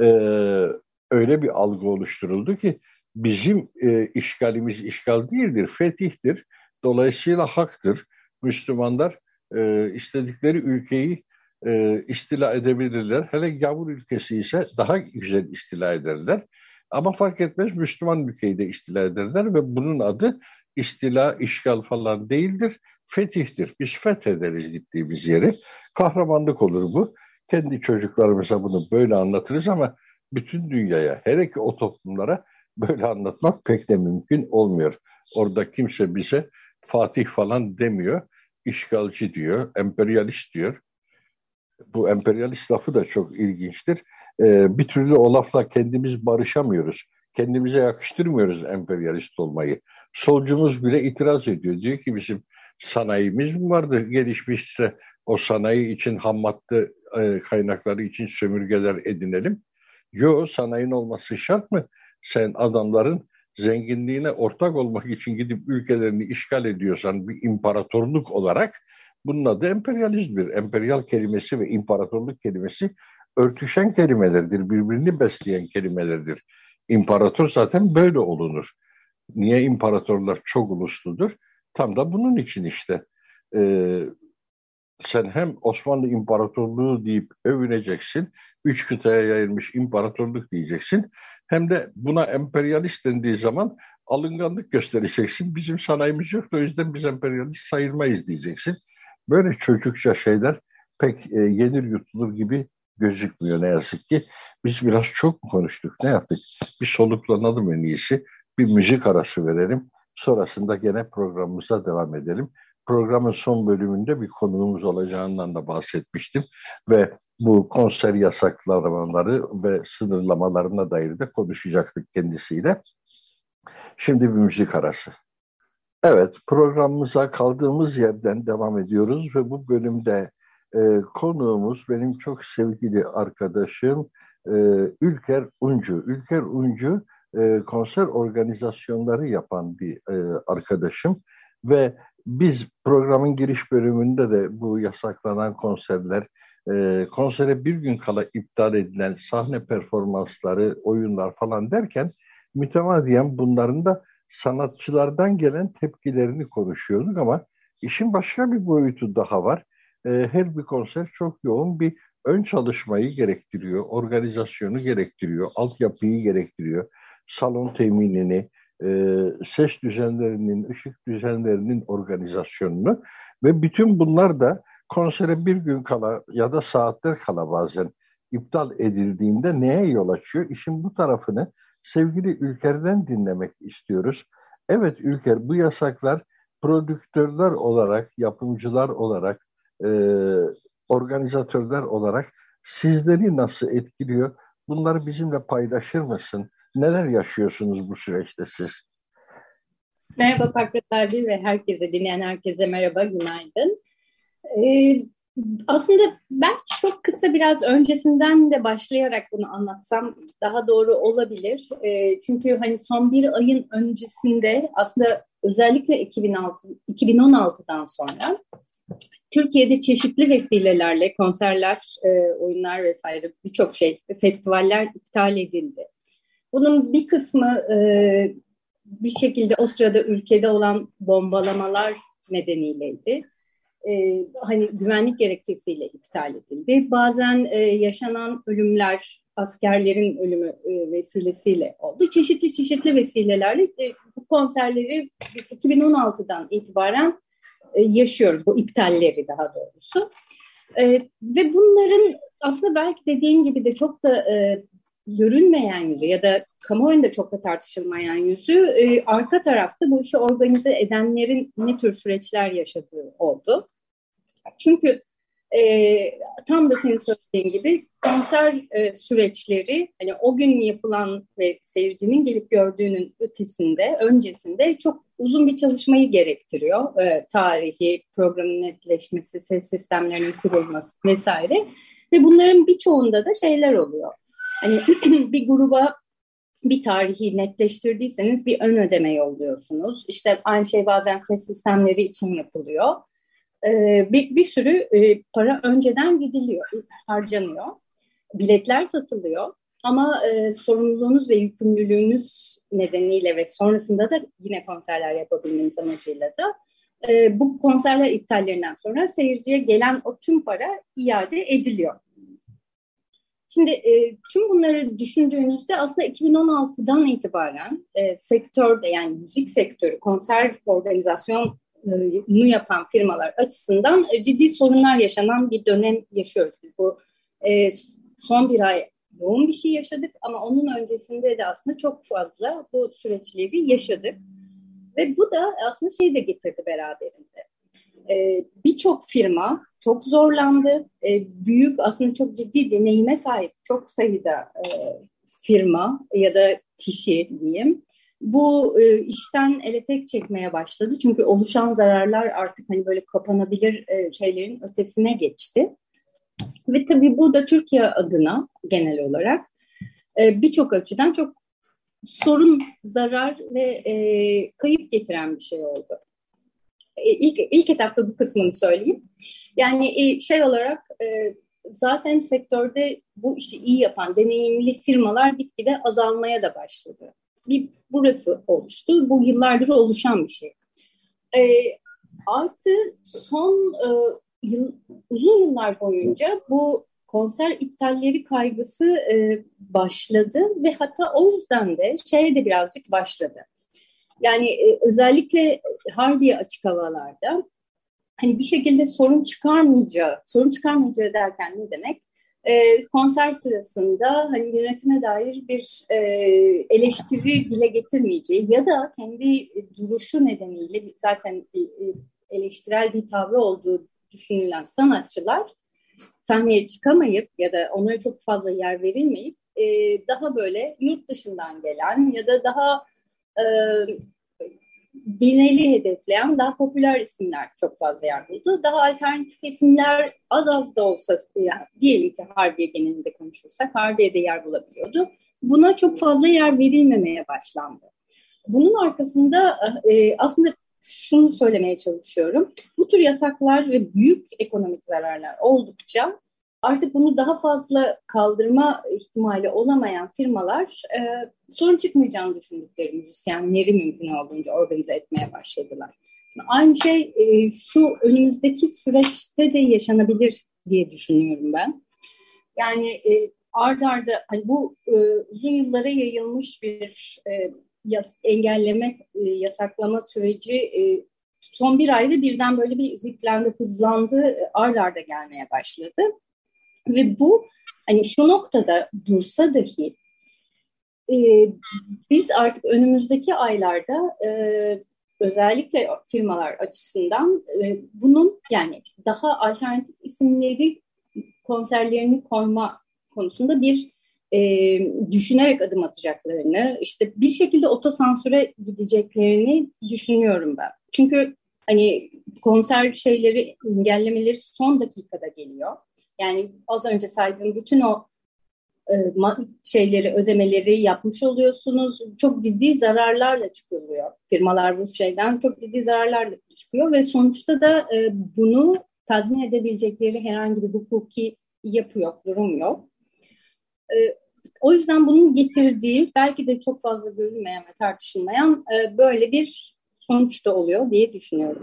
öyle bir algı oluşturuldu ki bizim işgalimiz işgal değildir, fetihtir. Dolayısıyla haktır. Müslümanlar istedikleri ülkeyi istila edebilirler. Hele gavur ülkesi ise daha güzel istila ederler. Ama fark etmez Müslüman ülkeyi de istila ederler ve bunun adı istila, işgal falan değildir. Fetihtir. Biz fethederiz gittiğimiz yeri. Kahramanlık olur bu. Kendi çocuklarımıza bunu böyle anlatırız ama bütün dünyaya, hele ki o toplumlara böyle anlatmak pek de mümkün olmuyor. Orada kimse bize Fatih falan demiyor. İşgalci diyor, emperyalist diyor. Bu emperyalist lafı da çok ilginçtir. Bir türlü o lafla kendimiz barışamıyoruz. Kendimize yakıştırmıyoruz emperyalist olmayı. Solcumuz bile itiraz ediyor. Diyor ki bizim sanayimiz mi vardı gelişmişse o sanayi için ham madde kaynakları için sömürgeler edinelim. Yok, sanayinin olması şart mı? Sen adamların zenginliğine ortak olmak için gidip ülkelerini işgal ediyorsan bir imparatorluk olarak bunun adı emperyalizmdir. Emperyal kelimesi ve imparatorluk kelimesi örtüşen kelimelerdir. Birbirini besleyen kelimelerdir. İmparator zaten böyle olunur. Niye imparatorlar çok ulusludur? Tam da bunun için işte. Ee, Sen hem Osmanlı İmparatorluğu deyip övüneceksin, üç kıtaya yayılmış imparatorluk diyeceksin. Hem de buna emperyalist dendiği zaman alınganlık göstereceksin. Bizim sanayimiz yok, o yüzden biz emperyalist sayılmayız diyeceksin. Böyle çocukça şeyler pek yenir yutulur gibi gözükmüyor ne yazık ki. Biz biraz çok mu konuştuk? Ne yaptık? Bir soluklanalım en iyisi. Bir müzik arası verelim. Sonrasında gene programımıza devam edelim. Programın son bölümünde bir konuğumuz olacağından da bahsetmiştim ve bu konser yasaklamaları ve sınırlamalarına dair de konuşacaktık kendisiyle. Şimdi bir müzik arası. Evet, programımıza kaldığımız yerden devam ediyoruz ve bu bölümde konuğumuz benim çok sevgili arkadaşım e, Ülker Uncu. Ülker Uncu konser organizasyonları yapan bir arkadaşım ve biz programın giriş bölümünde de bu yasaklanan konserler, konsere bir gün kala iptal edilen sahne performansları, oyunlar falan derken mütemadiyen bunların da sanatçılardan gelen tepkilerini konuşuyorduk ama işin başka bir boyutu daha var. Her bir konser çok yoğun bir ön çalışmayı gerektiriyor, organizasyonu gerektiriyor, altyapıyı gerektiriyor, salon teminini, ses düzenlerinin, ışık düzenlerinin organizasyonunu ve bütün bunlar da konsere bir gün kala ya da saatler kala bazen iptal edildiğinde neye yol açıyor? İşin bu tarafını sevgili Ülker'den dinlemek istiyoruz. Evet Ülker, bu yasaklar prodüktörler olarak, yapımcılar olarak, e, organizatörler olarak sizleri nasıl etkiliyor? Bunları bizimle paylaşır mısın? Neler yaşıyorsunuz bu süreçte siz? Merhaba Pakrat abi ve herkese, dinleyen herkese merhaba, günaydın. Ee, Aslında belki çok kısa biraz öncesinden de başlayarak bunu anlatsam daha doğru olabilir. Çünkü hani son bir ayın öncesinde aslında özellikle 2016'dan sonra Türkiye'de çeşitli vesilelerle konserler, oyunlar vesaire birçok şey, festivaller iptal edildi. Bunun bir kısmı bir şekilde o sırada ülkede olan bombalamalar nedeniyleydi. Hani güvenlik gerekçesiyle iptal edildi. Bazen yaşanan ölümler askerlerin ölümü vesilesiyle oldu. Çeşitli vesilelerle bu konserleri biz 2016'dan itibaren yaşıyoruz. Bu iptalleri daha doğrusu. Ve bunların aslında belki dediğim gibi de çok da görünmeyen yüzü ya da kamuoyunda çok da tartışılmayan yüzü arka tarafta bu işi organize edenlerin ne tür süreçler yaşadığı oldu. Çünkü tam da senin söylediğin gibi konser süreçleri hani o gün yapılan ve seyircinin gelip gördüğünün öncesinde çok uzun bir çalışmayı gerektiriyor. Tarihi, programın netleşmesi, ses sistemlerinin kurulması vesaire. Ve bunların birçoğunda da şeyler oluyor. Hani bir gruba bir tarihi netleştirdiyseniz bir ön ödeme yolluyorsunuz. İşte aynı şey bazen ses sistemleri için yapılıyor. Bir sürü para önceden harcanıyor. Biletler satılıyor. Ama sorumluluğunuz ve yükümlülüğünüz nedeniyle ve sonrasında da yine konserler yapabilmeniz amacıyla da bu konserler iptallerinden sonra seyirciye gelen o tüm para iade ediliyor. Şimdi tüm bunları düşündüğünüzde aslında 2016'dan itibaren sektörde yani müzik sektörü, konser organizasyonunu yapan firmalar açısından ciddi sorunlar yaşanan bir dönem yaşıyoruz. Biz bu son bir ay yoğun bir şey yaşadık ama onun öncesinde de aslında çok fazla bu süreçleri yaşadık. Ve bu da aslında şeyi de getirdi beraberinde. Birçok firma çok zorlandı. Büyük, aslında çok ciddi deneyime sahip çok sayıda firma ya da kişi diyeyim, bu işten ele tek çekmeye başladı. Çünkü oluşan zararlar artık hani böyle kapanabilir şeylerin ötesine geçti. Ve tabii bu da Türkiye adına genel olarak birçok açıdan çok sorun, zarar ve kayıp getiren bir şey oldu. İlk etapta bu kısmını söyleyeyim. Yani şey olarak zaten sektörde bu işi iyi yapan deneyimli firmalar gitgide azalmaya da başladı. Burası oluştu. Bu yıllardır oluşan bir şey. Artı son uzun yıllar boyunca bu konser iptalleri kaygısı başladı ve hatta o yüzden de şey de birazcık başladı. Yani özellikle Harbiye açık havalarda hani bir şekilde sorun çıkarmayacağı derken ne demek? Konser sırasında hani yönetime dair bir eleştiri dile getirmeyeceği ya da kendi duruşu nedeniyle zaten eleştirel bir tavrı olduğu düşünülen sanatçılar sahneye çıkamayıp ya da onlara çok fazla yer verilmeyip daha böyle yurt dışından gelen ya da daha geneli hedefleyen daha popüler isimler çok fazla yer buldu. Daha alternatif isimler az da olsa yani diyelim ki Harbiye genelinde konuşursak Harbiye'de yer bulabiliyordu. Buna çok fazla yer verilmemeye başlandı. Bunun arkasında aslında şunu söylemeye çalışıyorum. Bu tür yasaklar ve büyük ekonomik zararlar oldukça artık bunu daha fazla kaldırma ihtimali olamayan firmalar sorun çıkmayacağını düşündükleri müzisyenleri mümkün olduğunca organize etmeye başladılar. Aynı şey şu önümüzdeki süreçte de yaşanabilir diye düşünüyorum ben. Yani ard arda hani bu uzun yıllara yayılmış bir engelleme, yasaklama süreci son bir ayda birden böyle bir ziplendi, hızlandı, ard arda gelmeye başladı. Ve bu hani şu noktada dursa dahi biz artık önümüzdeki aylarda özellikle firmalar açısından bunun yani daha alternatif isimleri konserlerini koyma konusunda bir düşünerek adım atacaklarını, işte bir şekilde otosansüre gideceklerini düşünüyorum ben. Çünkü hani konser şeyleri, engellemeleri son dakikada geliyor. Yani az önce saydığım bütün o şeyleri, ödemeleri yapmış oluyorsunuz. Çok ciddi zararlarla çıkılıyor. Firmalar bu şeyden çok ciddi zararlarla çıkıyor ve sonuçta da bunu tazmin edebilecekleri herhangi bir hukuki yapı yok, durum yok. O yüzden bunun getirdiği belki de çok fazla görülmeyen ve tartışılmayan böyle bir sonuç da oluyor diye düşünüyorum.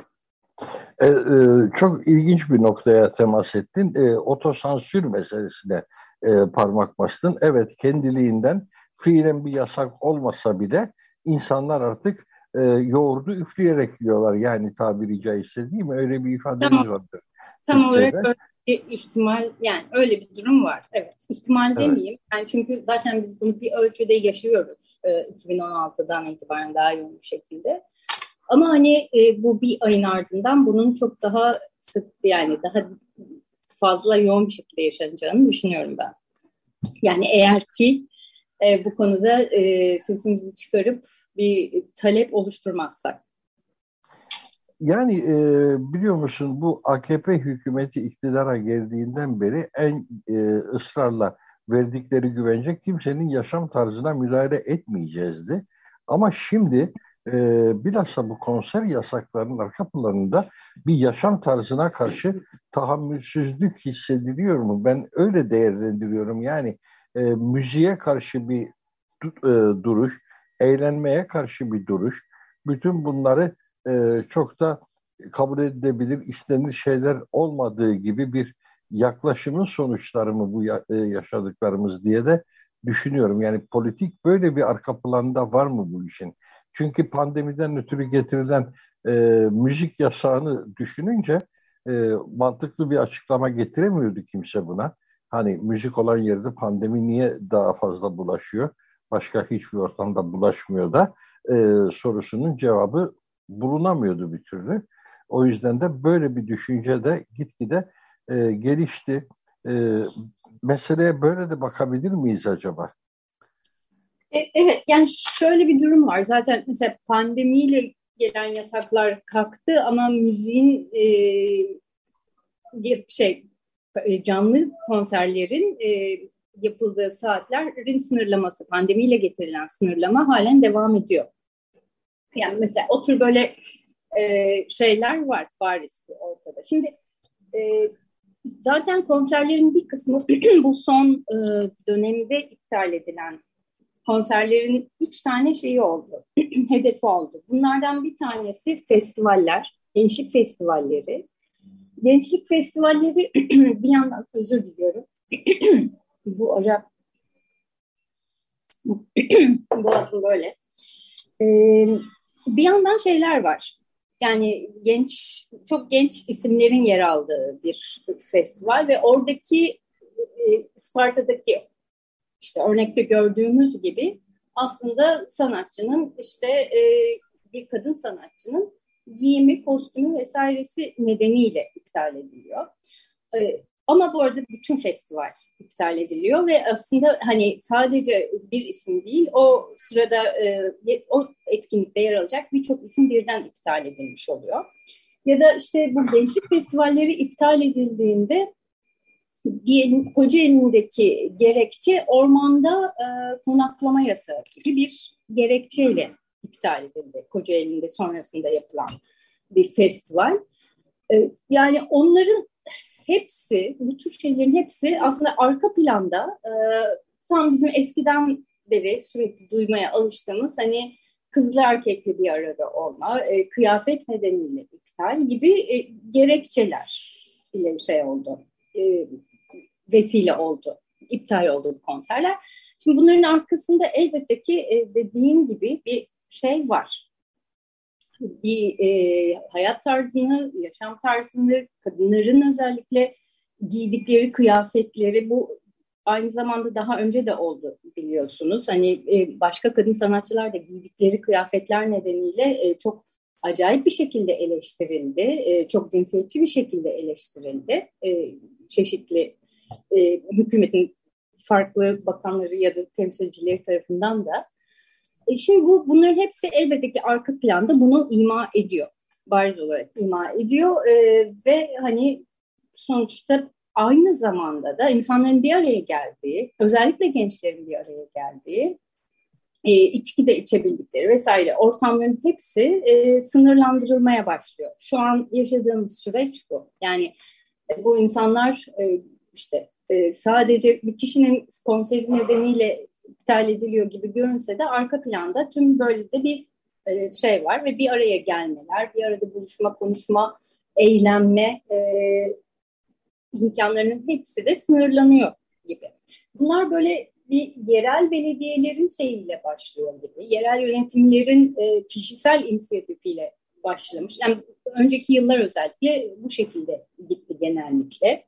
Çok ilginç bir noktaya temas ettin. Otosansür meselesine parmak bastın. Evet, kendiliğinden fiilen bir yasak olmasa bile insanlar artık yoğurdu üfleyerek yiyorlar. Yani tabiri caizse, değil mi? Öyle bir ifademiz vardır. Tam olarak öyle bir ihtimal, yani öyle bir durum var. Evet, ihtimal demeyeyim. Yani çünkü zaten biz bunu bir ölçüde yaşıyoruz 2016'dan itibaren daha yoğun bir şekilde. Ama hani bu bir ayın ardından bunun çok daha sık, yani daha fazla yoğun bir şekilde yaşanacağını düşünüyorum ben. Yani eğer ki bu konuda sesimizi çıkarıp bir talep oluşturmazsak. Yani biliyor musun, bu AKP hükümeti iktidara geldiğinden beri en ısrarla verdikleri güvence kimsenin yaşam tarzına müdahale etmeyeceğizdi. Ama şimdi bilhassa bu konser yasaklarının arka planında bir yaşam tarzına karşı tahammülsüzlük hissediliyor mu? Ben öyle değerlendiriyorum. Yani müziğe karşı bir duruş, eğlenmeye karşı bir duruş, bütün bunları çok da kabul edilebilir, istenir şeyler olmadığı gibi bir yaklaşımın sonuçları mı bu yaşadıklarımız diye de düşünüyorum. Yani politik böyle bir arka planda var mı bu işin? Çünkü pandemiden ötürü getirilen müzik yasağını düşününce mantıklı bir açıklama getiremiyordu kimse buna. Hani müzik olan yerde pandemi niye daha fazla bulaşıyor? Başka hiçbir ortamda bulaşmıyor da sorusunun cevabı bulunamıyordu bir türlü. O yüzden de böyle bir düşünce de gitgide gelişti. Meseleye böyle de bakabilir miyiz acaba? Evet, yani şöyle bir durum var. Zaten mesela pandemiyle gelen yasaklar kalktı ama müziğin canlı konserlerin yapıldığı saatlerin sınırlaması, pandemiyle getirilen sınırlama halen devam ediyor. Yani mesela o tür böyle şeyler var bariz ortada. Şimdi zaten konserlerin bir kısmı bu son dönemde iptal edilen konserlerin 3 tane şeyi oldu, hedefi oldu. Bunlardan bir tanesi festivaller, gençlik festivalleri. Gençlik festivalleri bir yandan özür diliyorum. Bu ara boğazım böyle. Bir yandan şeyler var. Yani çok genç isimlerin yer aldığı bir festival ve oradaki Isparta'daki işte örnekte gördüğümüz gibi aslında sanatçının bir kadın sanatçının giyimi, kostümü vesairesi nedeniyle iptal ediliyor. Ama bu arada bütün festival iptal ediliyor ve aslında hani sadece bir isim değil, o sırada o etkinlikte yer alacak birçok isim birden iptal edilmiş oluyor. Ya da işte bu gençlik festivalleri iptal edildiğinde Kocaeli'ndeki gerekçe ormanda konaklama yasağı gibi bir gerekçeyle iptal edildi. Kocaeli'nde sonrasında yapılan bir festival. Yani onların hepsi, bu tür şeylerin hepsi aslında arka planda tam bizim eskiden beri sürekli duymaya alıştığımız hani kızlı erkekli bir arada olma, kıyafet nedeniyle iptal gibi gerekçeler ile oldu. Vesile oldu, iptal oldu bu konserler. Şimdi bunların arkasında elbette ki dediğim gibi bir şey var. Bir hayat tarzını, yaşam tarzını, kadınların özellikle giydikleri kıyafetleri, bu aynı zamanda daha önce de oldu biliyorsunuz. Hani başka kadın sanatçılar da giydikleri kıyafetler nedeniyle çok acayip bir şekilde eleştirildi. Çok cinsiyetçi bir şekilde eleştirildi. Çeşitli hükümetin farklı bakanları ya da temsilcileri tarafından da. Şimdi bunların hepsi elbette ki arka planda bunu ima ediyor. Bariz olarak ima ediyor ve hani sonuçta aynı zamanda da insanların bir araya geldiği, özellikle gençlerin bir araya geldiği, içki de içebildikleri vesaire ortamların hepsi sınırlandırılmaya başlıyor. Şu an yaşadığımız süreç bu. Yani bu insanlar sadece bir kişinin konseri nedeniyle iptal ediliyor gibi görünse de arka planda tüm böyle de bir şey var ve bir araya gelmeler, bir arada buluşma, konuşma, eğlenme imkanlarının hepsi de sınırlanıyor gibi. Bunlar böyle bir yerel belediyelerin şeyiyle başlıyor gibi, yerel yönetimlerin kişisel inisiyatifiyle başlamış. Yani önceki yıllar özellikle bu şekilde gitti genellikle.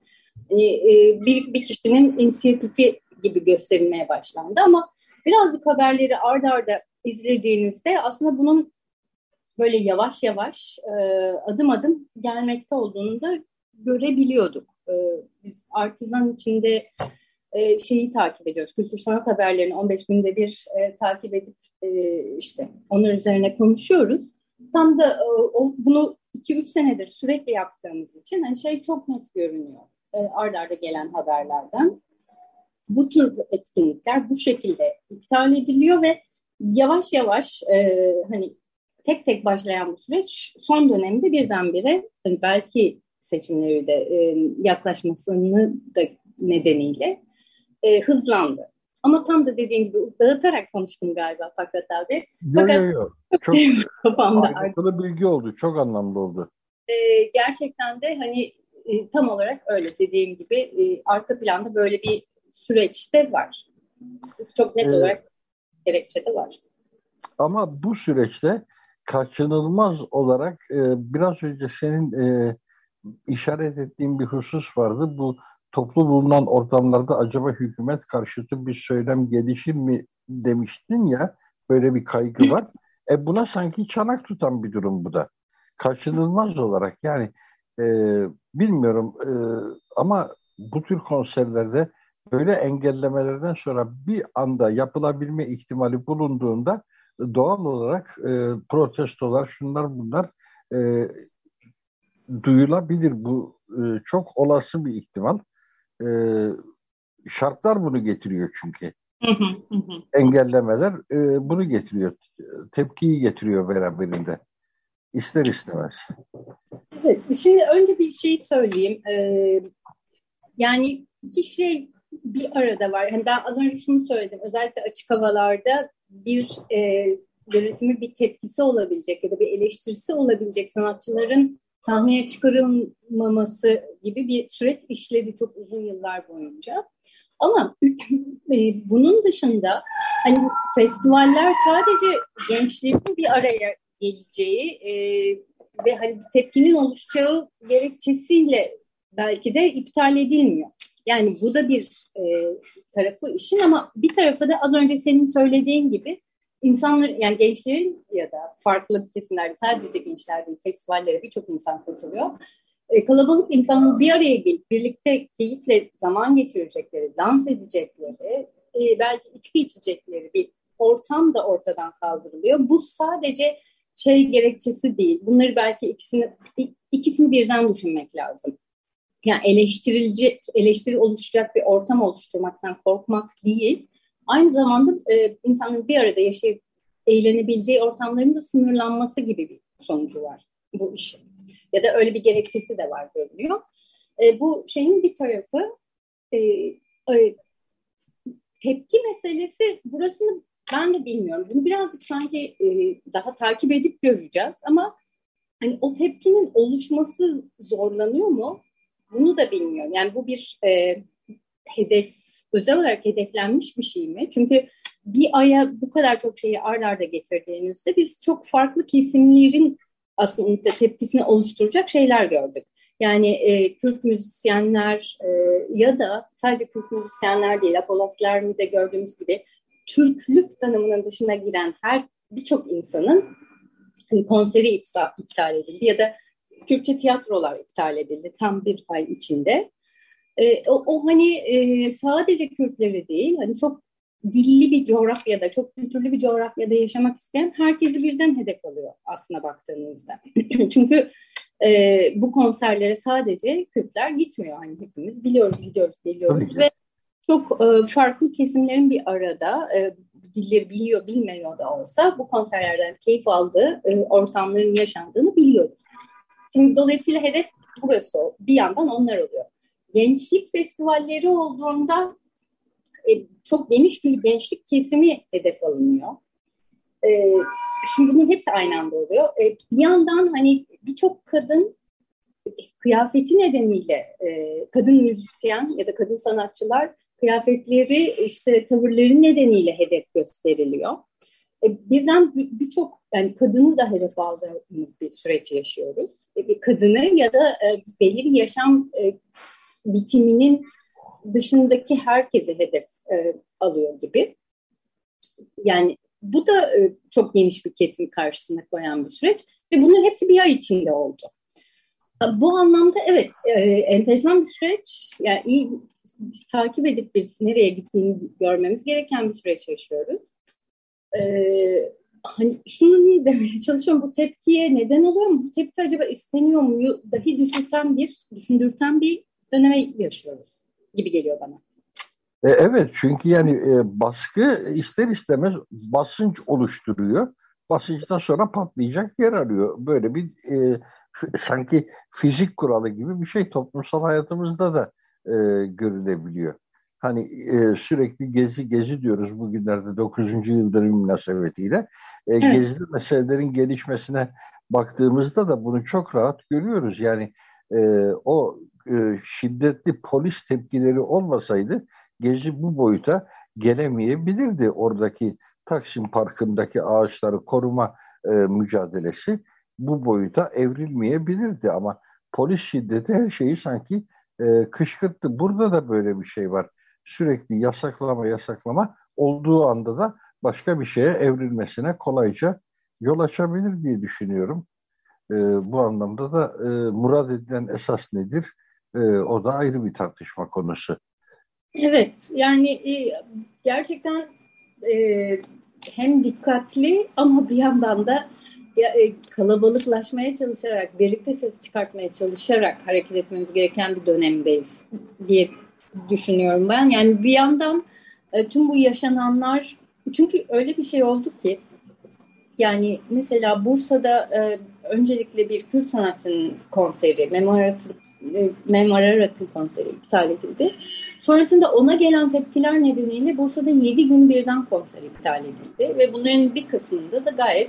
Bir kişinin inisiyatifi gibi gösterilmeye başlandı ama birazcık haberleri ard arda izlediğinizde aslında bunun böyle yavaş yavaş adım adım gelmekte olduğunu da görebiliyorduk. Biz Artizan içinde şeyi takip ediyoruz. Kültür sanat haberlerini 15 günde bir takip edip onlar üzerine konuşuyoruz. Tam da bunu 2-3 senedir sürekli yaptığımız için hani şey çok net görünüyor. Ard arda gelen haberlerden. Bu tür etkinlikler bu şekilde iptal ediliyor ve yavaş yavaş hani tek tek başlayan bu süreç son dönemde birdenbire hani belki seçimleri de yaklaşmasını da nedeniyle hızlandı. Ama tam da dediğim gibi dağıtarak konuştum galiba Fakret abi. Yok. Çok ayrıntılı bilgi oldu. Çok anlamlı oldu. Gerçekten de hani tam olarak öyle dediğim gibi arka planda böyle bir süreçte var. Çok net olarak gerekçe de var. Ama bu süreçte kaçınılmaz olarak biraz önce senin işaret ettiğin bir husus vardı. Bu toplu bulunan ortamlarda acaba hükümet karşıtı bir söylem gelişir mi demiştin ya, böyle bir kaygı var. Buna sanki çanak tutan bir durum bu da. Kaçınılmaz olarak yani e, bilmiyorum ama bu tür konserlerde böyle engellemelerden sonra bir anda yapılabilme ihtimali bulunduğunda doğal olarak protestolar, şunlar bunlar e, duyulabilir. Bu çok olası bir ihtimal. E, Şartlar bunu getiriyor çünkü. Hı hı, hı hı. Engellemeler bunu getiriyor. Tepkiyi getiriyor beraberinde. İster istemez. Evet, şimdi önce bir şey söyleyeyim. Yani iki şey bir arada var. Hani ben az önce şunu söyledim. Özellikle açık havalarda bir yönetimi bir tepkisi olabilecek ya da bir eleştirisi olabilecek sanatçıların sahneye çıkarılmaması gibi bir süreç işledi çok uzun yıllar boyunca. Ama bunun dışında hani festivaller sadece gençlerin bir araya geleceği ve hani tepkinin oluşacağı gerekçesiyle belki de iptal edilmiyor. Yani bu da bir tarafı işin ama bir tarafı da az önce senin söylediğin gibi insanlar yani gençlerin ya da farklı kesimlerde sadece gençler değil festivallere birçok insan katılıyor. Kalabalık insanın bir araya gelip birlikte keyifle zaman geçirecekleri, dans edecekleri, belki içki içecekleri bir ortam da ortadan kaldırılıyor. Bu sadece gerekçesi değil. Bunları belki ikisini birden düşünmek lazım. Yani eleştiri oluşacak bir ortam oluşturmaktan korkmak değil. Aynı zamanda insanların bir arada yaşayıp eğlenebileceği ortamların da sınırlanması gibi bir sonucu var bu işin. Ya da öyle bir gerekçesi de var görünüyor. Bu şeyin bir tarafı tepki meselesi burasını ben de bilmiyorum. Bunu birazcık sanki daha takip edip göreceğiz ama hani o tepkinin oluşması zorlanıyor mu? Bunu da bilmiyorum. Yani bu bir özel olarak hedeflenmiş bir şey mi? Çünkü bir aya bu kadar çok şeyi ard arda getirdiğinizde biz çok farklı kesimlerin aslında tepkisini oluşturacak şeyler gördük. Yani Kürt müzisyenler ya da sadece Kürt müzisyenler değil, Apolloslar'da gördüğümüz gibi Türklük tanımının dışına giren birçok insanın konseri iptal edildi ya da Kürtçe tiyatrolar iptal edildi tam bir ay içinde. Hani sadece Kürtleri değil, hani çok dilli bir coğrafyada, çok kültürlü bir coğrafyada yaşamak isteyen herkesi birden hedef alıyor aslına baktığınızda. Çünkü bu konserlere sadece Kürtler gitmiyor. Hani hepimiz gidiyoruz, geliyoruz ve çok farklı kesimlerin bir arada dilleri biliyor, bilmiyor da olsa bu konserlerden keyif aldığı ortamların yaşandığını biliyoruz. Şimdi dolayısıyla hedef burası. Bir yandan onlar oluyor. Gençlik festivalleri olduğunda çok geniş bir gençlik kesimi hedef alınıyor. Şimdi bunun hepsi aynı anda oluyor. Bir yandan hani birçok kadın kıyafeti nedeniyle kadın müzisyen ya da kadın sanatçılar kıyafetleri işte tavırları nedeniyle hedef gösteriliyor. Birden birçok yani kadını da hedef aldığımız bir süreç yaşıyoruz. Bir kadını ya da belli bir yaşam biçiminin dışındaki herkese hedef alıyor gibi. Yani bu da çok geniş bir kesim karşısına koyan bir süreç ve bunların hepsi bir ay içinde oldu. Bu anlamda evet enteresan bir süreç. Yani iyi takip edip nereye gittiğini görmemiz gereken bir süreç yaşıyoruz. Hani şunu demeye çalışıyorum, bu tepkiye neden oluyor mu? Bu tepki acaba isteniyor mu? Dahi düşündürten bir döneme yaşıyoruz gibi geliyor bana. Evet çünkü yani baskı ister istemez basınç oluşturuyor. Basınçtan sonra patlayacak yer arıyor. Böyle bir sanki fizik kuralı gibi bir şey toplumsal hayatımızda da görülebiliyor. Hani sürekli gezi diyoruz bugünlerde 9. yıldönüm münasebetiyle. Evet. Gezi meselelerin gelişmesine baktığımızda da bunu çok rahat görüyoruz. Yani o şiddetli polis tepkileri olmasaydı Gezi bu boyuta gelemeyebilirdi. Oradaki Taksim Parkı'ndaki ağaçları koruma mücadelesi bu boyuta evrilmeyebilirdi. Ama polis şiddeti her şeyi sanki kışkırttı. Burada da böyle bir şey var. Sürekli yasaklama olduğu anda da başka bir şeye evrilmesine kolayca yol açabilir diye düşünüyorum. Bu anlamda da murad edilen esas nedir? O da ayrı bir tartışma konusu. Evet, yani gerçekten e, hem dikkatli ama bir yandan da kalabalıklaşmaya çalışarak, birlikte ses çıkartmaya çalışarak hareket etmemiz gereken bir dönemdeyiz diye düşünüyorum ben. Yani bir yandan tüm bu yaşananlar, çünkü öyle bir şey oldu ki, yani mesela Bursa'da öncelikle bir Kürt sanatçının konseri, Memararat'ın konseri iptal edildi. Sonrasında ona gelen tepkiler nedeniyle Bursa'da 7 gün birden konser iptal edildi. Ve bunların bir kısmında da gayet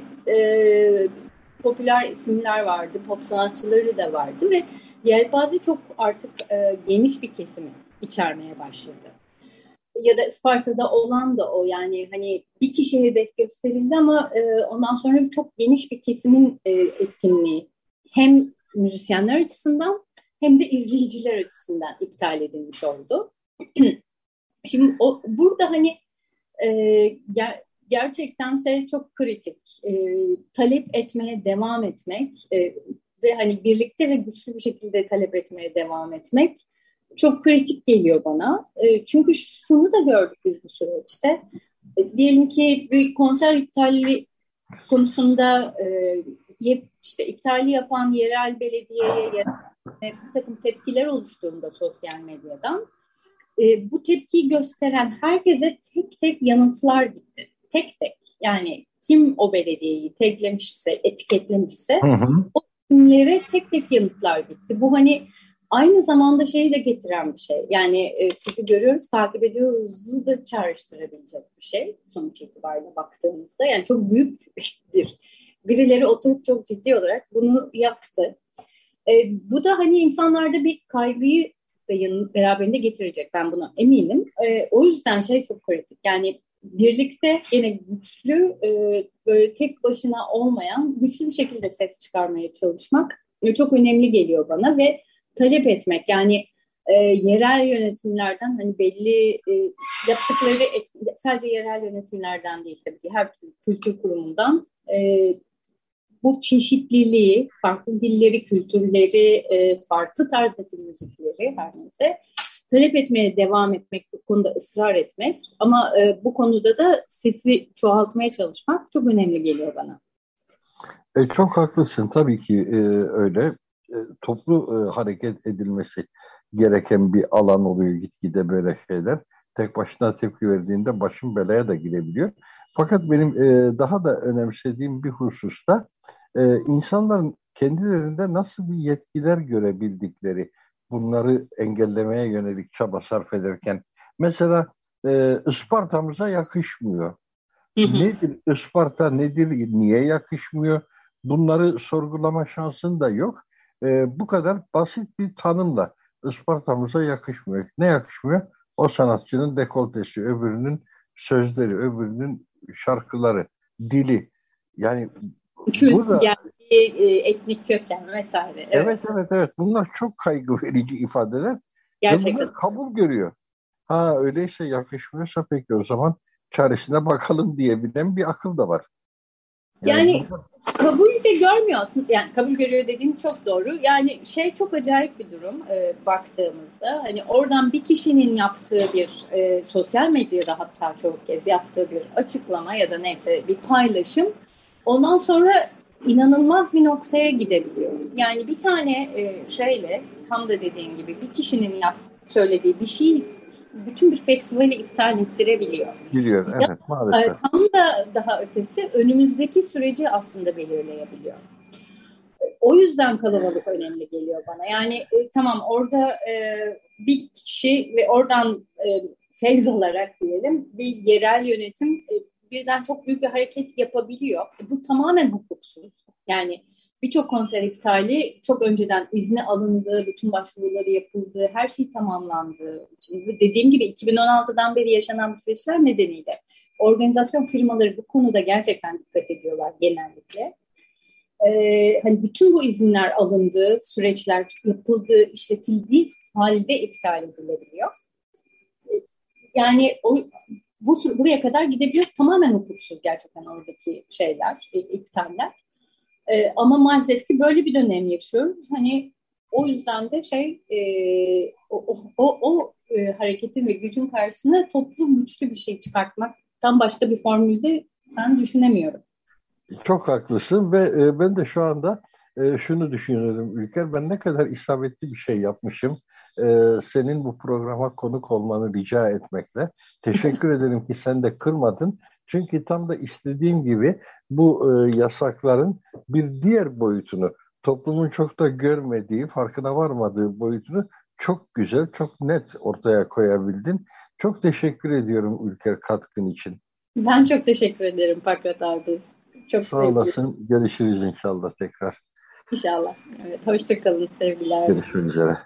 popüler isimler vardı, pop sanatçıları da vardı ve yelpaze çok artık geniş bir kesimi içermeye başladı. Ya da Isparta'da olan da o, yani hani bir kişi hedef gösterildi ama ondan sonra çok geniş bir kesimin etkinliği hem müzisyenler açısından hem de izleyiciler açısından iptal edilmiş oldu. Şimdi burada hani gerçekten şey çok kritik. Talep etmeye devam etmek ve hani birlikte ve güçlü bir şekilde talep etmeye devam etmek çok kritik geliyor bana. Çünkü şunu da gördük biz bu süreçte. Diyelim ki bir konser iptali konusunda işte iptali yapan yerel belediyeye bir takım tepkiler oluştuğunda sosyal medyadan bu tepkiyi gösteren herkese tek tek yanıtlar gitti. Tek tek. Yani kim o belediyeyi taglemişse, etiketlemişse Hı hı. o isimlere tek tek yanıtlar gitti. Bu hani aynı zamanda şeyi de getiren bir şey. Yani sizi görüyoruz, takip ediyoruz'u da çağrıştırabilecek bir şey sonuç itibariyle baktığımızda. Yani çok büyük birileri oturup çok ciddi olarak bunu yaptı. Bu da hani insanlarda bir kaygıyı beraberinde getirecek, ben buna eminim. O yüzden şey çok kritik. Yani birlikte yine güçlü, böyle tek başına olmayan, güçlü bir şekilde ses çıkarmaya çalışmak çok önemli geliyor bana ve talep etmek. Yani yerel yönetimlerden hani belli yaptıkları sadece yerel yönetimlerden değil tabii ki her türlü kültür kurumundan bu çeşitliliği, farklı dilleri, kültürleri, farklı tarzdaki müzikleri her neyse talep etmeye devam etmek, bu konuda ısrar etmek ama bu konuda da sesi çoğaltmaya çalışmak çok önemli geliyor bana. Çok haklısın. Tabii ki öyle. Toplu hareket edilmesi gereken bir alan oluyor gitgide böyle şeyler. Tek başına tepki verdiğinde başın belaya da girebiliyor. Fakat benim daha da önemsediğim bir hususta insanların kendilerinde nasıl bir yetkiler görebildikleri, bunları engellemeye yönelik çaba sarf ederken. Mesela Isparta'mıza yakışmıyor. Hı hı. Nedir Isparta, nedir, niye yakışmıyor? Bunları sorgulama şansın da yok. Bu kadar basit bir tanımla Isparta'mıza yakışmıyor. Ne yakışmıyor? O sanatçının dekoltesi, öbürünün sözleri, öbürünün şarkıları, dili. Yani burada Geldiği etnik köken vesaire. Evet, evet, evet, evet, bunlar çok kaygı verici ifadeler ve gerçekten. bunlar kabul görüyor. Ha, öyleyse yakışmıyorsa peki o zaman çaresine bakalım diyebilen bir akıl da var. Yani Yani burada kabul de görmüyor aslında. Yani kabul görüyor dediğin çok doğru. Yani şey çok acayip bir durum baktığımızda. Hani oradan bir kişinin yaptığı bir sosyal medyada hatta çok kez yaptığı bir açıklama ya da neyse bir paylaşım. Ondan sonra inanılmaz bir noktaya gidebiliyor. Yani bir tane şeyle tam da dediğim gibi bir kişinin söylediği bir şey bütün bir festivali iptal ettirebiliyor. biliyor, evet, maalesef. Tam da daha ötesi önümüzdeki süreci aslında belirleyebiliyor. O yüzden kalabalık önemli geliyor bana. Yani tamam orada bir kişi ve oradan feyz alarak diyelim bir yerel yönetim birden çok büyük bir hareket yapabiliyor. Bu tamamen hukuksuz. Yani birçok konser iptali çok önceden izni alındığı, bütün başvuruları yapıldığı, her şey tamamlandığı için. Ve dediğim gibi 2016'dan beri yaşanan bu süreçler nedeniyle organizasyon firmaları bu konuda gerçekten dikkat ediyorlar genellikle. Hani bütün bu izinler alındığı, süreçler yapıldığı, işletildiği halde iptal edilebiliyor. Yani buraya kadar gidebiliyor. Tamamen hukuksuz gerçekten oradaki şeyler, iptaller. Ama maalesef ki böyle bir dönem yaşıyoruz. Hani o yüzden de hareketin ve gücün karşısına toplu güçlü bir şey çıkartmaktan başka bir formülde ben düşünemiyorum. Çok haklısın ve ben de şu anda şunu düşünüyorum Ülker. Ben ne kadar isabetli bir şey yapmışım. Senin bu programa konuk olmanı rica etmekle. Teşekkür ederim ki sen de kırmadın. Çünkü tam da istediğim gibi bu yasakların bir diğer boyutunu, toplumun çok da görmediği, farkına varmadığı boyutunu çok güzel, çok net ortaya koyabildin. Çok teşekkür ediyorum Ülker katkın için. Ben çok teşekkür ederim Pakrat abi. Çok Sağ sevgilim. olasın. Görüşürüz inşallah tekrar. İnşallah. Evet, hoşça kalın sevgiler. Görüşmek üzere.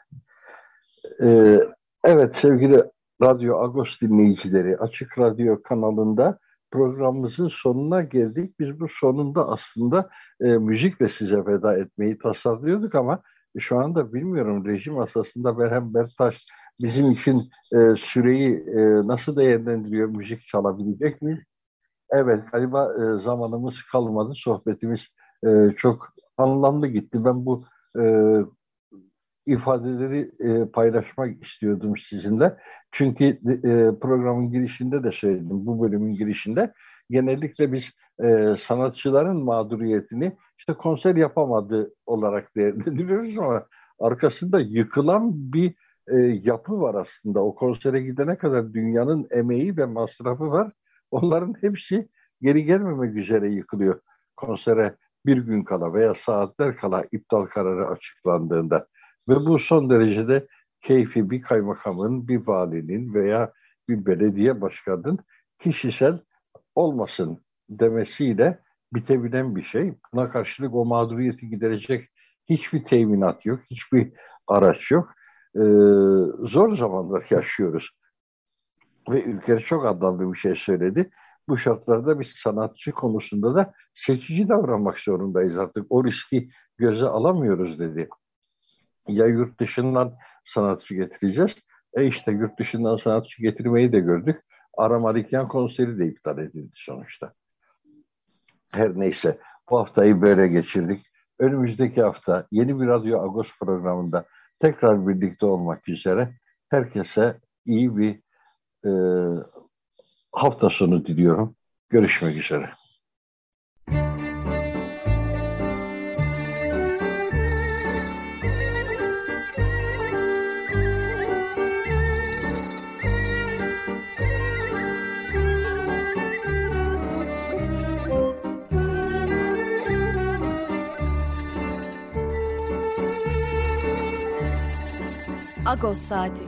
Evet sevgili Radyo Agos dinleyicileri, Açık Radyo kanalında programımızın sonuna geldik. Biz bu sonunda aslında müzikle size veda etmeyi tasarlıyorduk ama şu anda bilmiyorum reji masasında Berhem Bertaş bizim için süreyi nasıl değerlendiriyor, müzik çalabilecek miyiz? Evet galiba zamanımız kalmadı, sohbetimiz çok anlamlı gitti. Ben bu e, ifadeleri paylaşmak istiyordum sizinle. Çünkü programın girişinde de söyledim, bu bölümün girişinde. Genellikle biz sanatçıların mağduriyetini işte konser yapamadığı olarak değerlendiriyoruz ama arkasında yıkılan bir yapı var aslında. O konsere gidene kadar dünyanın emeği ve masrafı var. Onların hepsi geri gelmemek üzere yıkılıyor. Konsere bir gün kala veya saatler kala iptal kararı açıklandığında. Ve bu son derecede keyfi bir kaymakamın, bir valinin veya bir belediye başkanının kişisel olmasın demesiyle bitebilen bir şey. Buna karşılık o mağduriyeti giderecek hiçbir teminat yok, hiçbir araç yok. Zor zamanlar yaşıyoruz. Ve Ülker çok anlamlı bir şey söyledi. Bu şartlarda biz sanatçı konusunda da seçici davranmak zorundayız artık. O riski göze alamıyoruz dedi. Ya yurt dışından sanatçı getireceğiz. İşte yurt dışından sanatçı getirmeyi de gördük. Aram Alikyan konseri de iptal edildi sonuçta. Her neyse bu haftayı böyle geçirdik. Önümüzdeki hafta yeni bir Radyo Agos programında tekrar birlikte olmak üzere herkese iyi bir e, hafta sonu diliyorum. Görüşmek üzere. Agos Saati.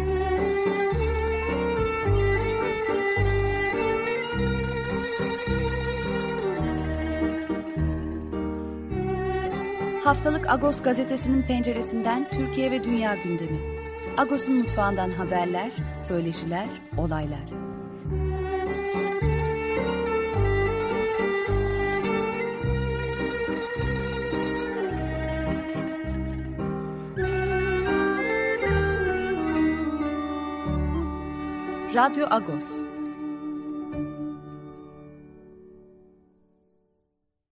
Haftalık Agos gazetesinin penceresinden Türkiye ve dünya gündemi. Agos'un mutfağından haberler, söyleşiler, olaylar. Radyo Agos.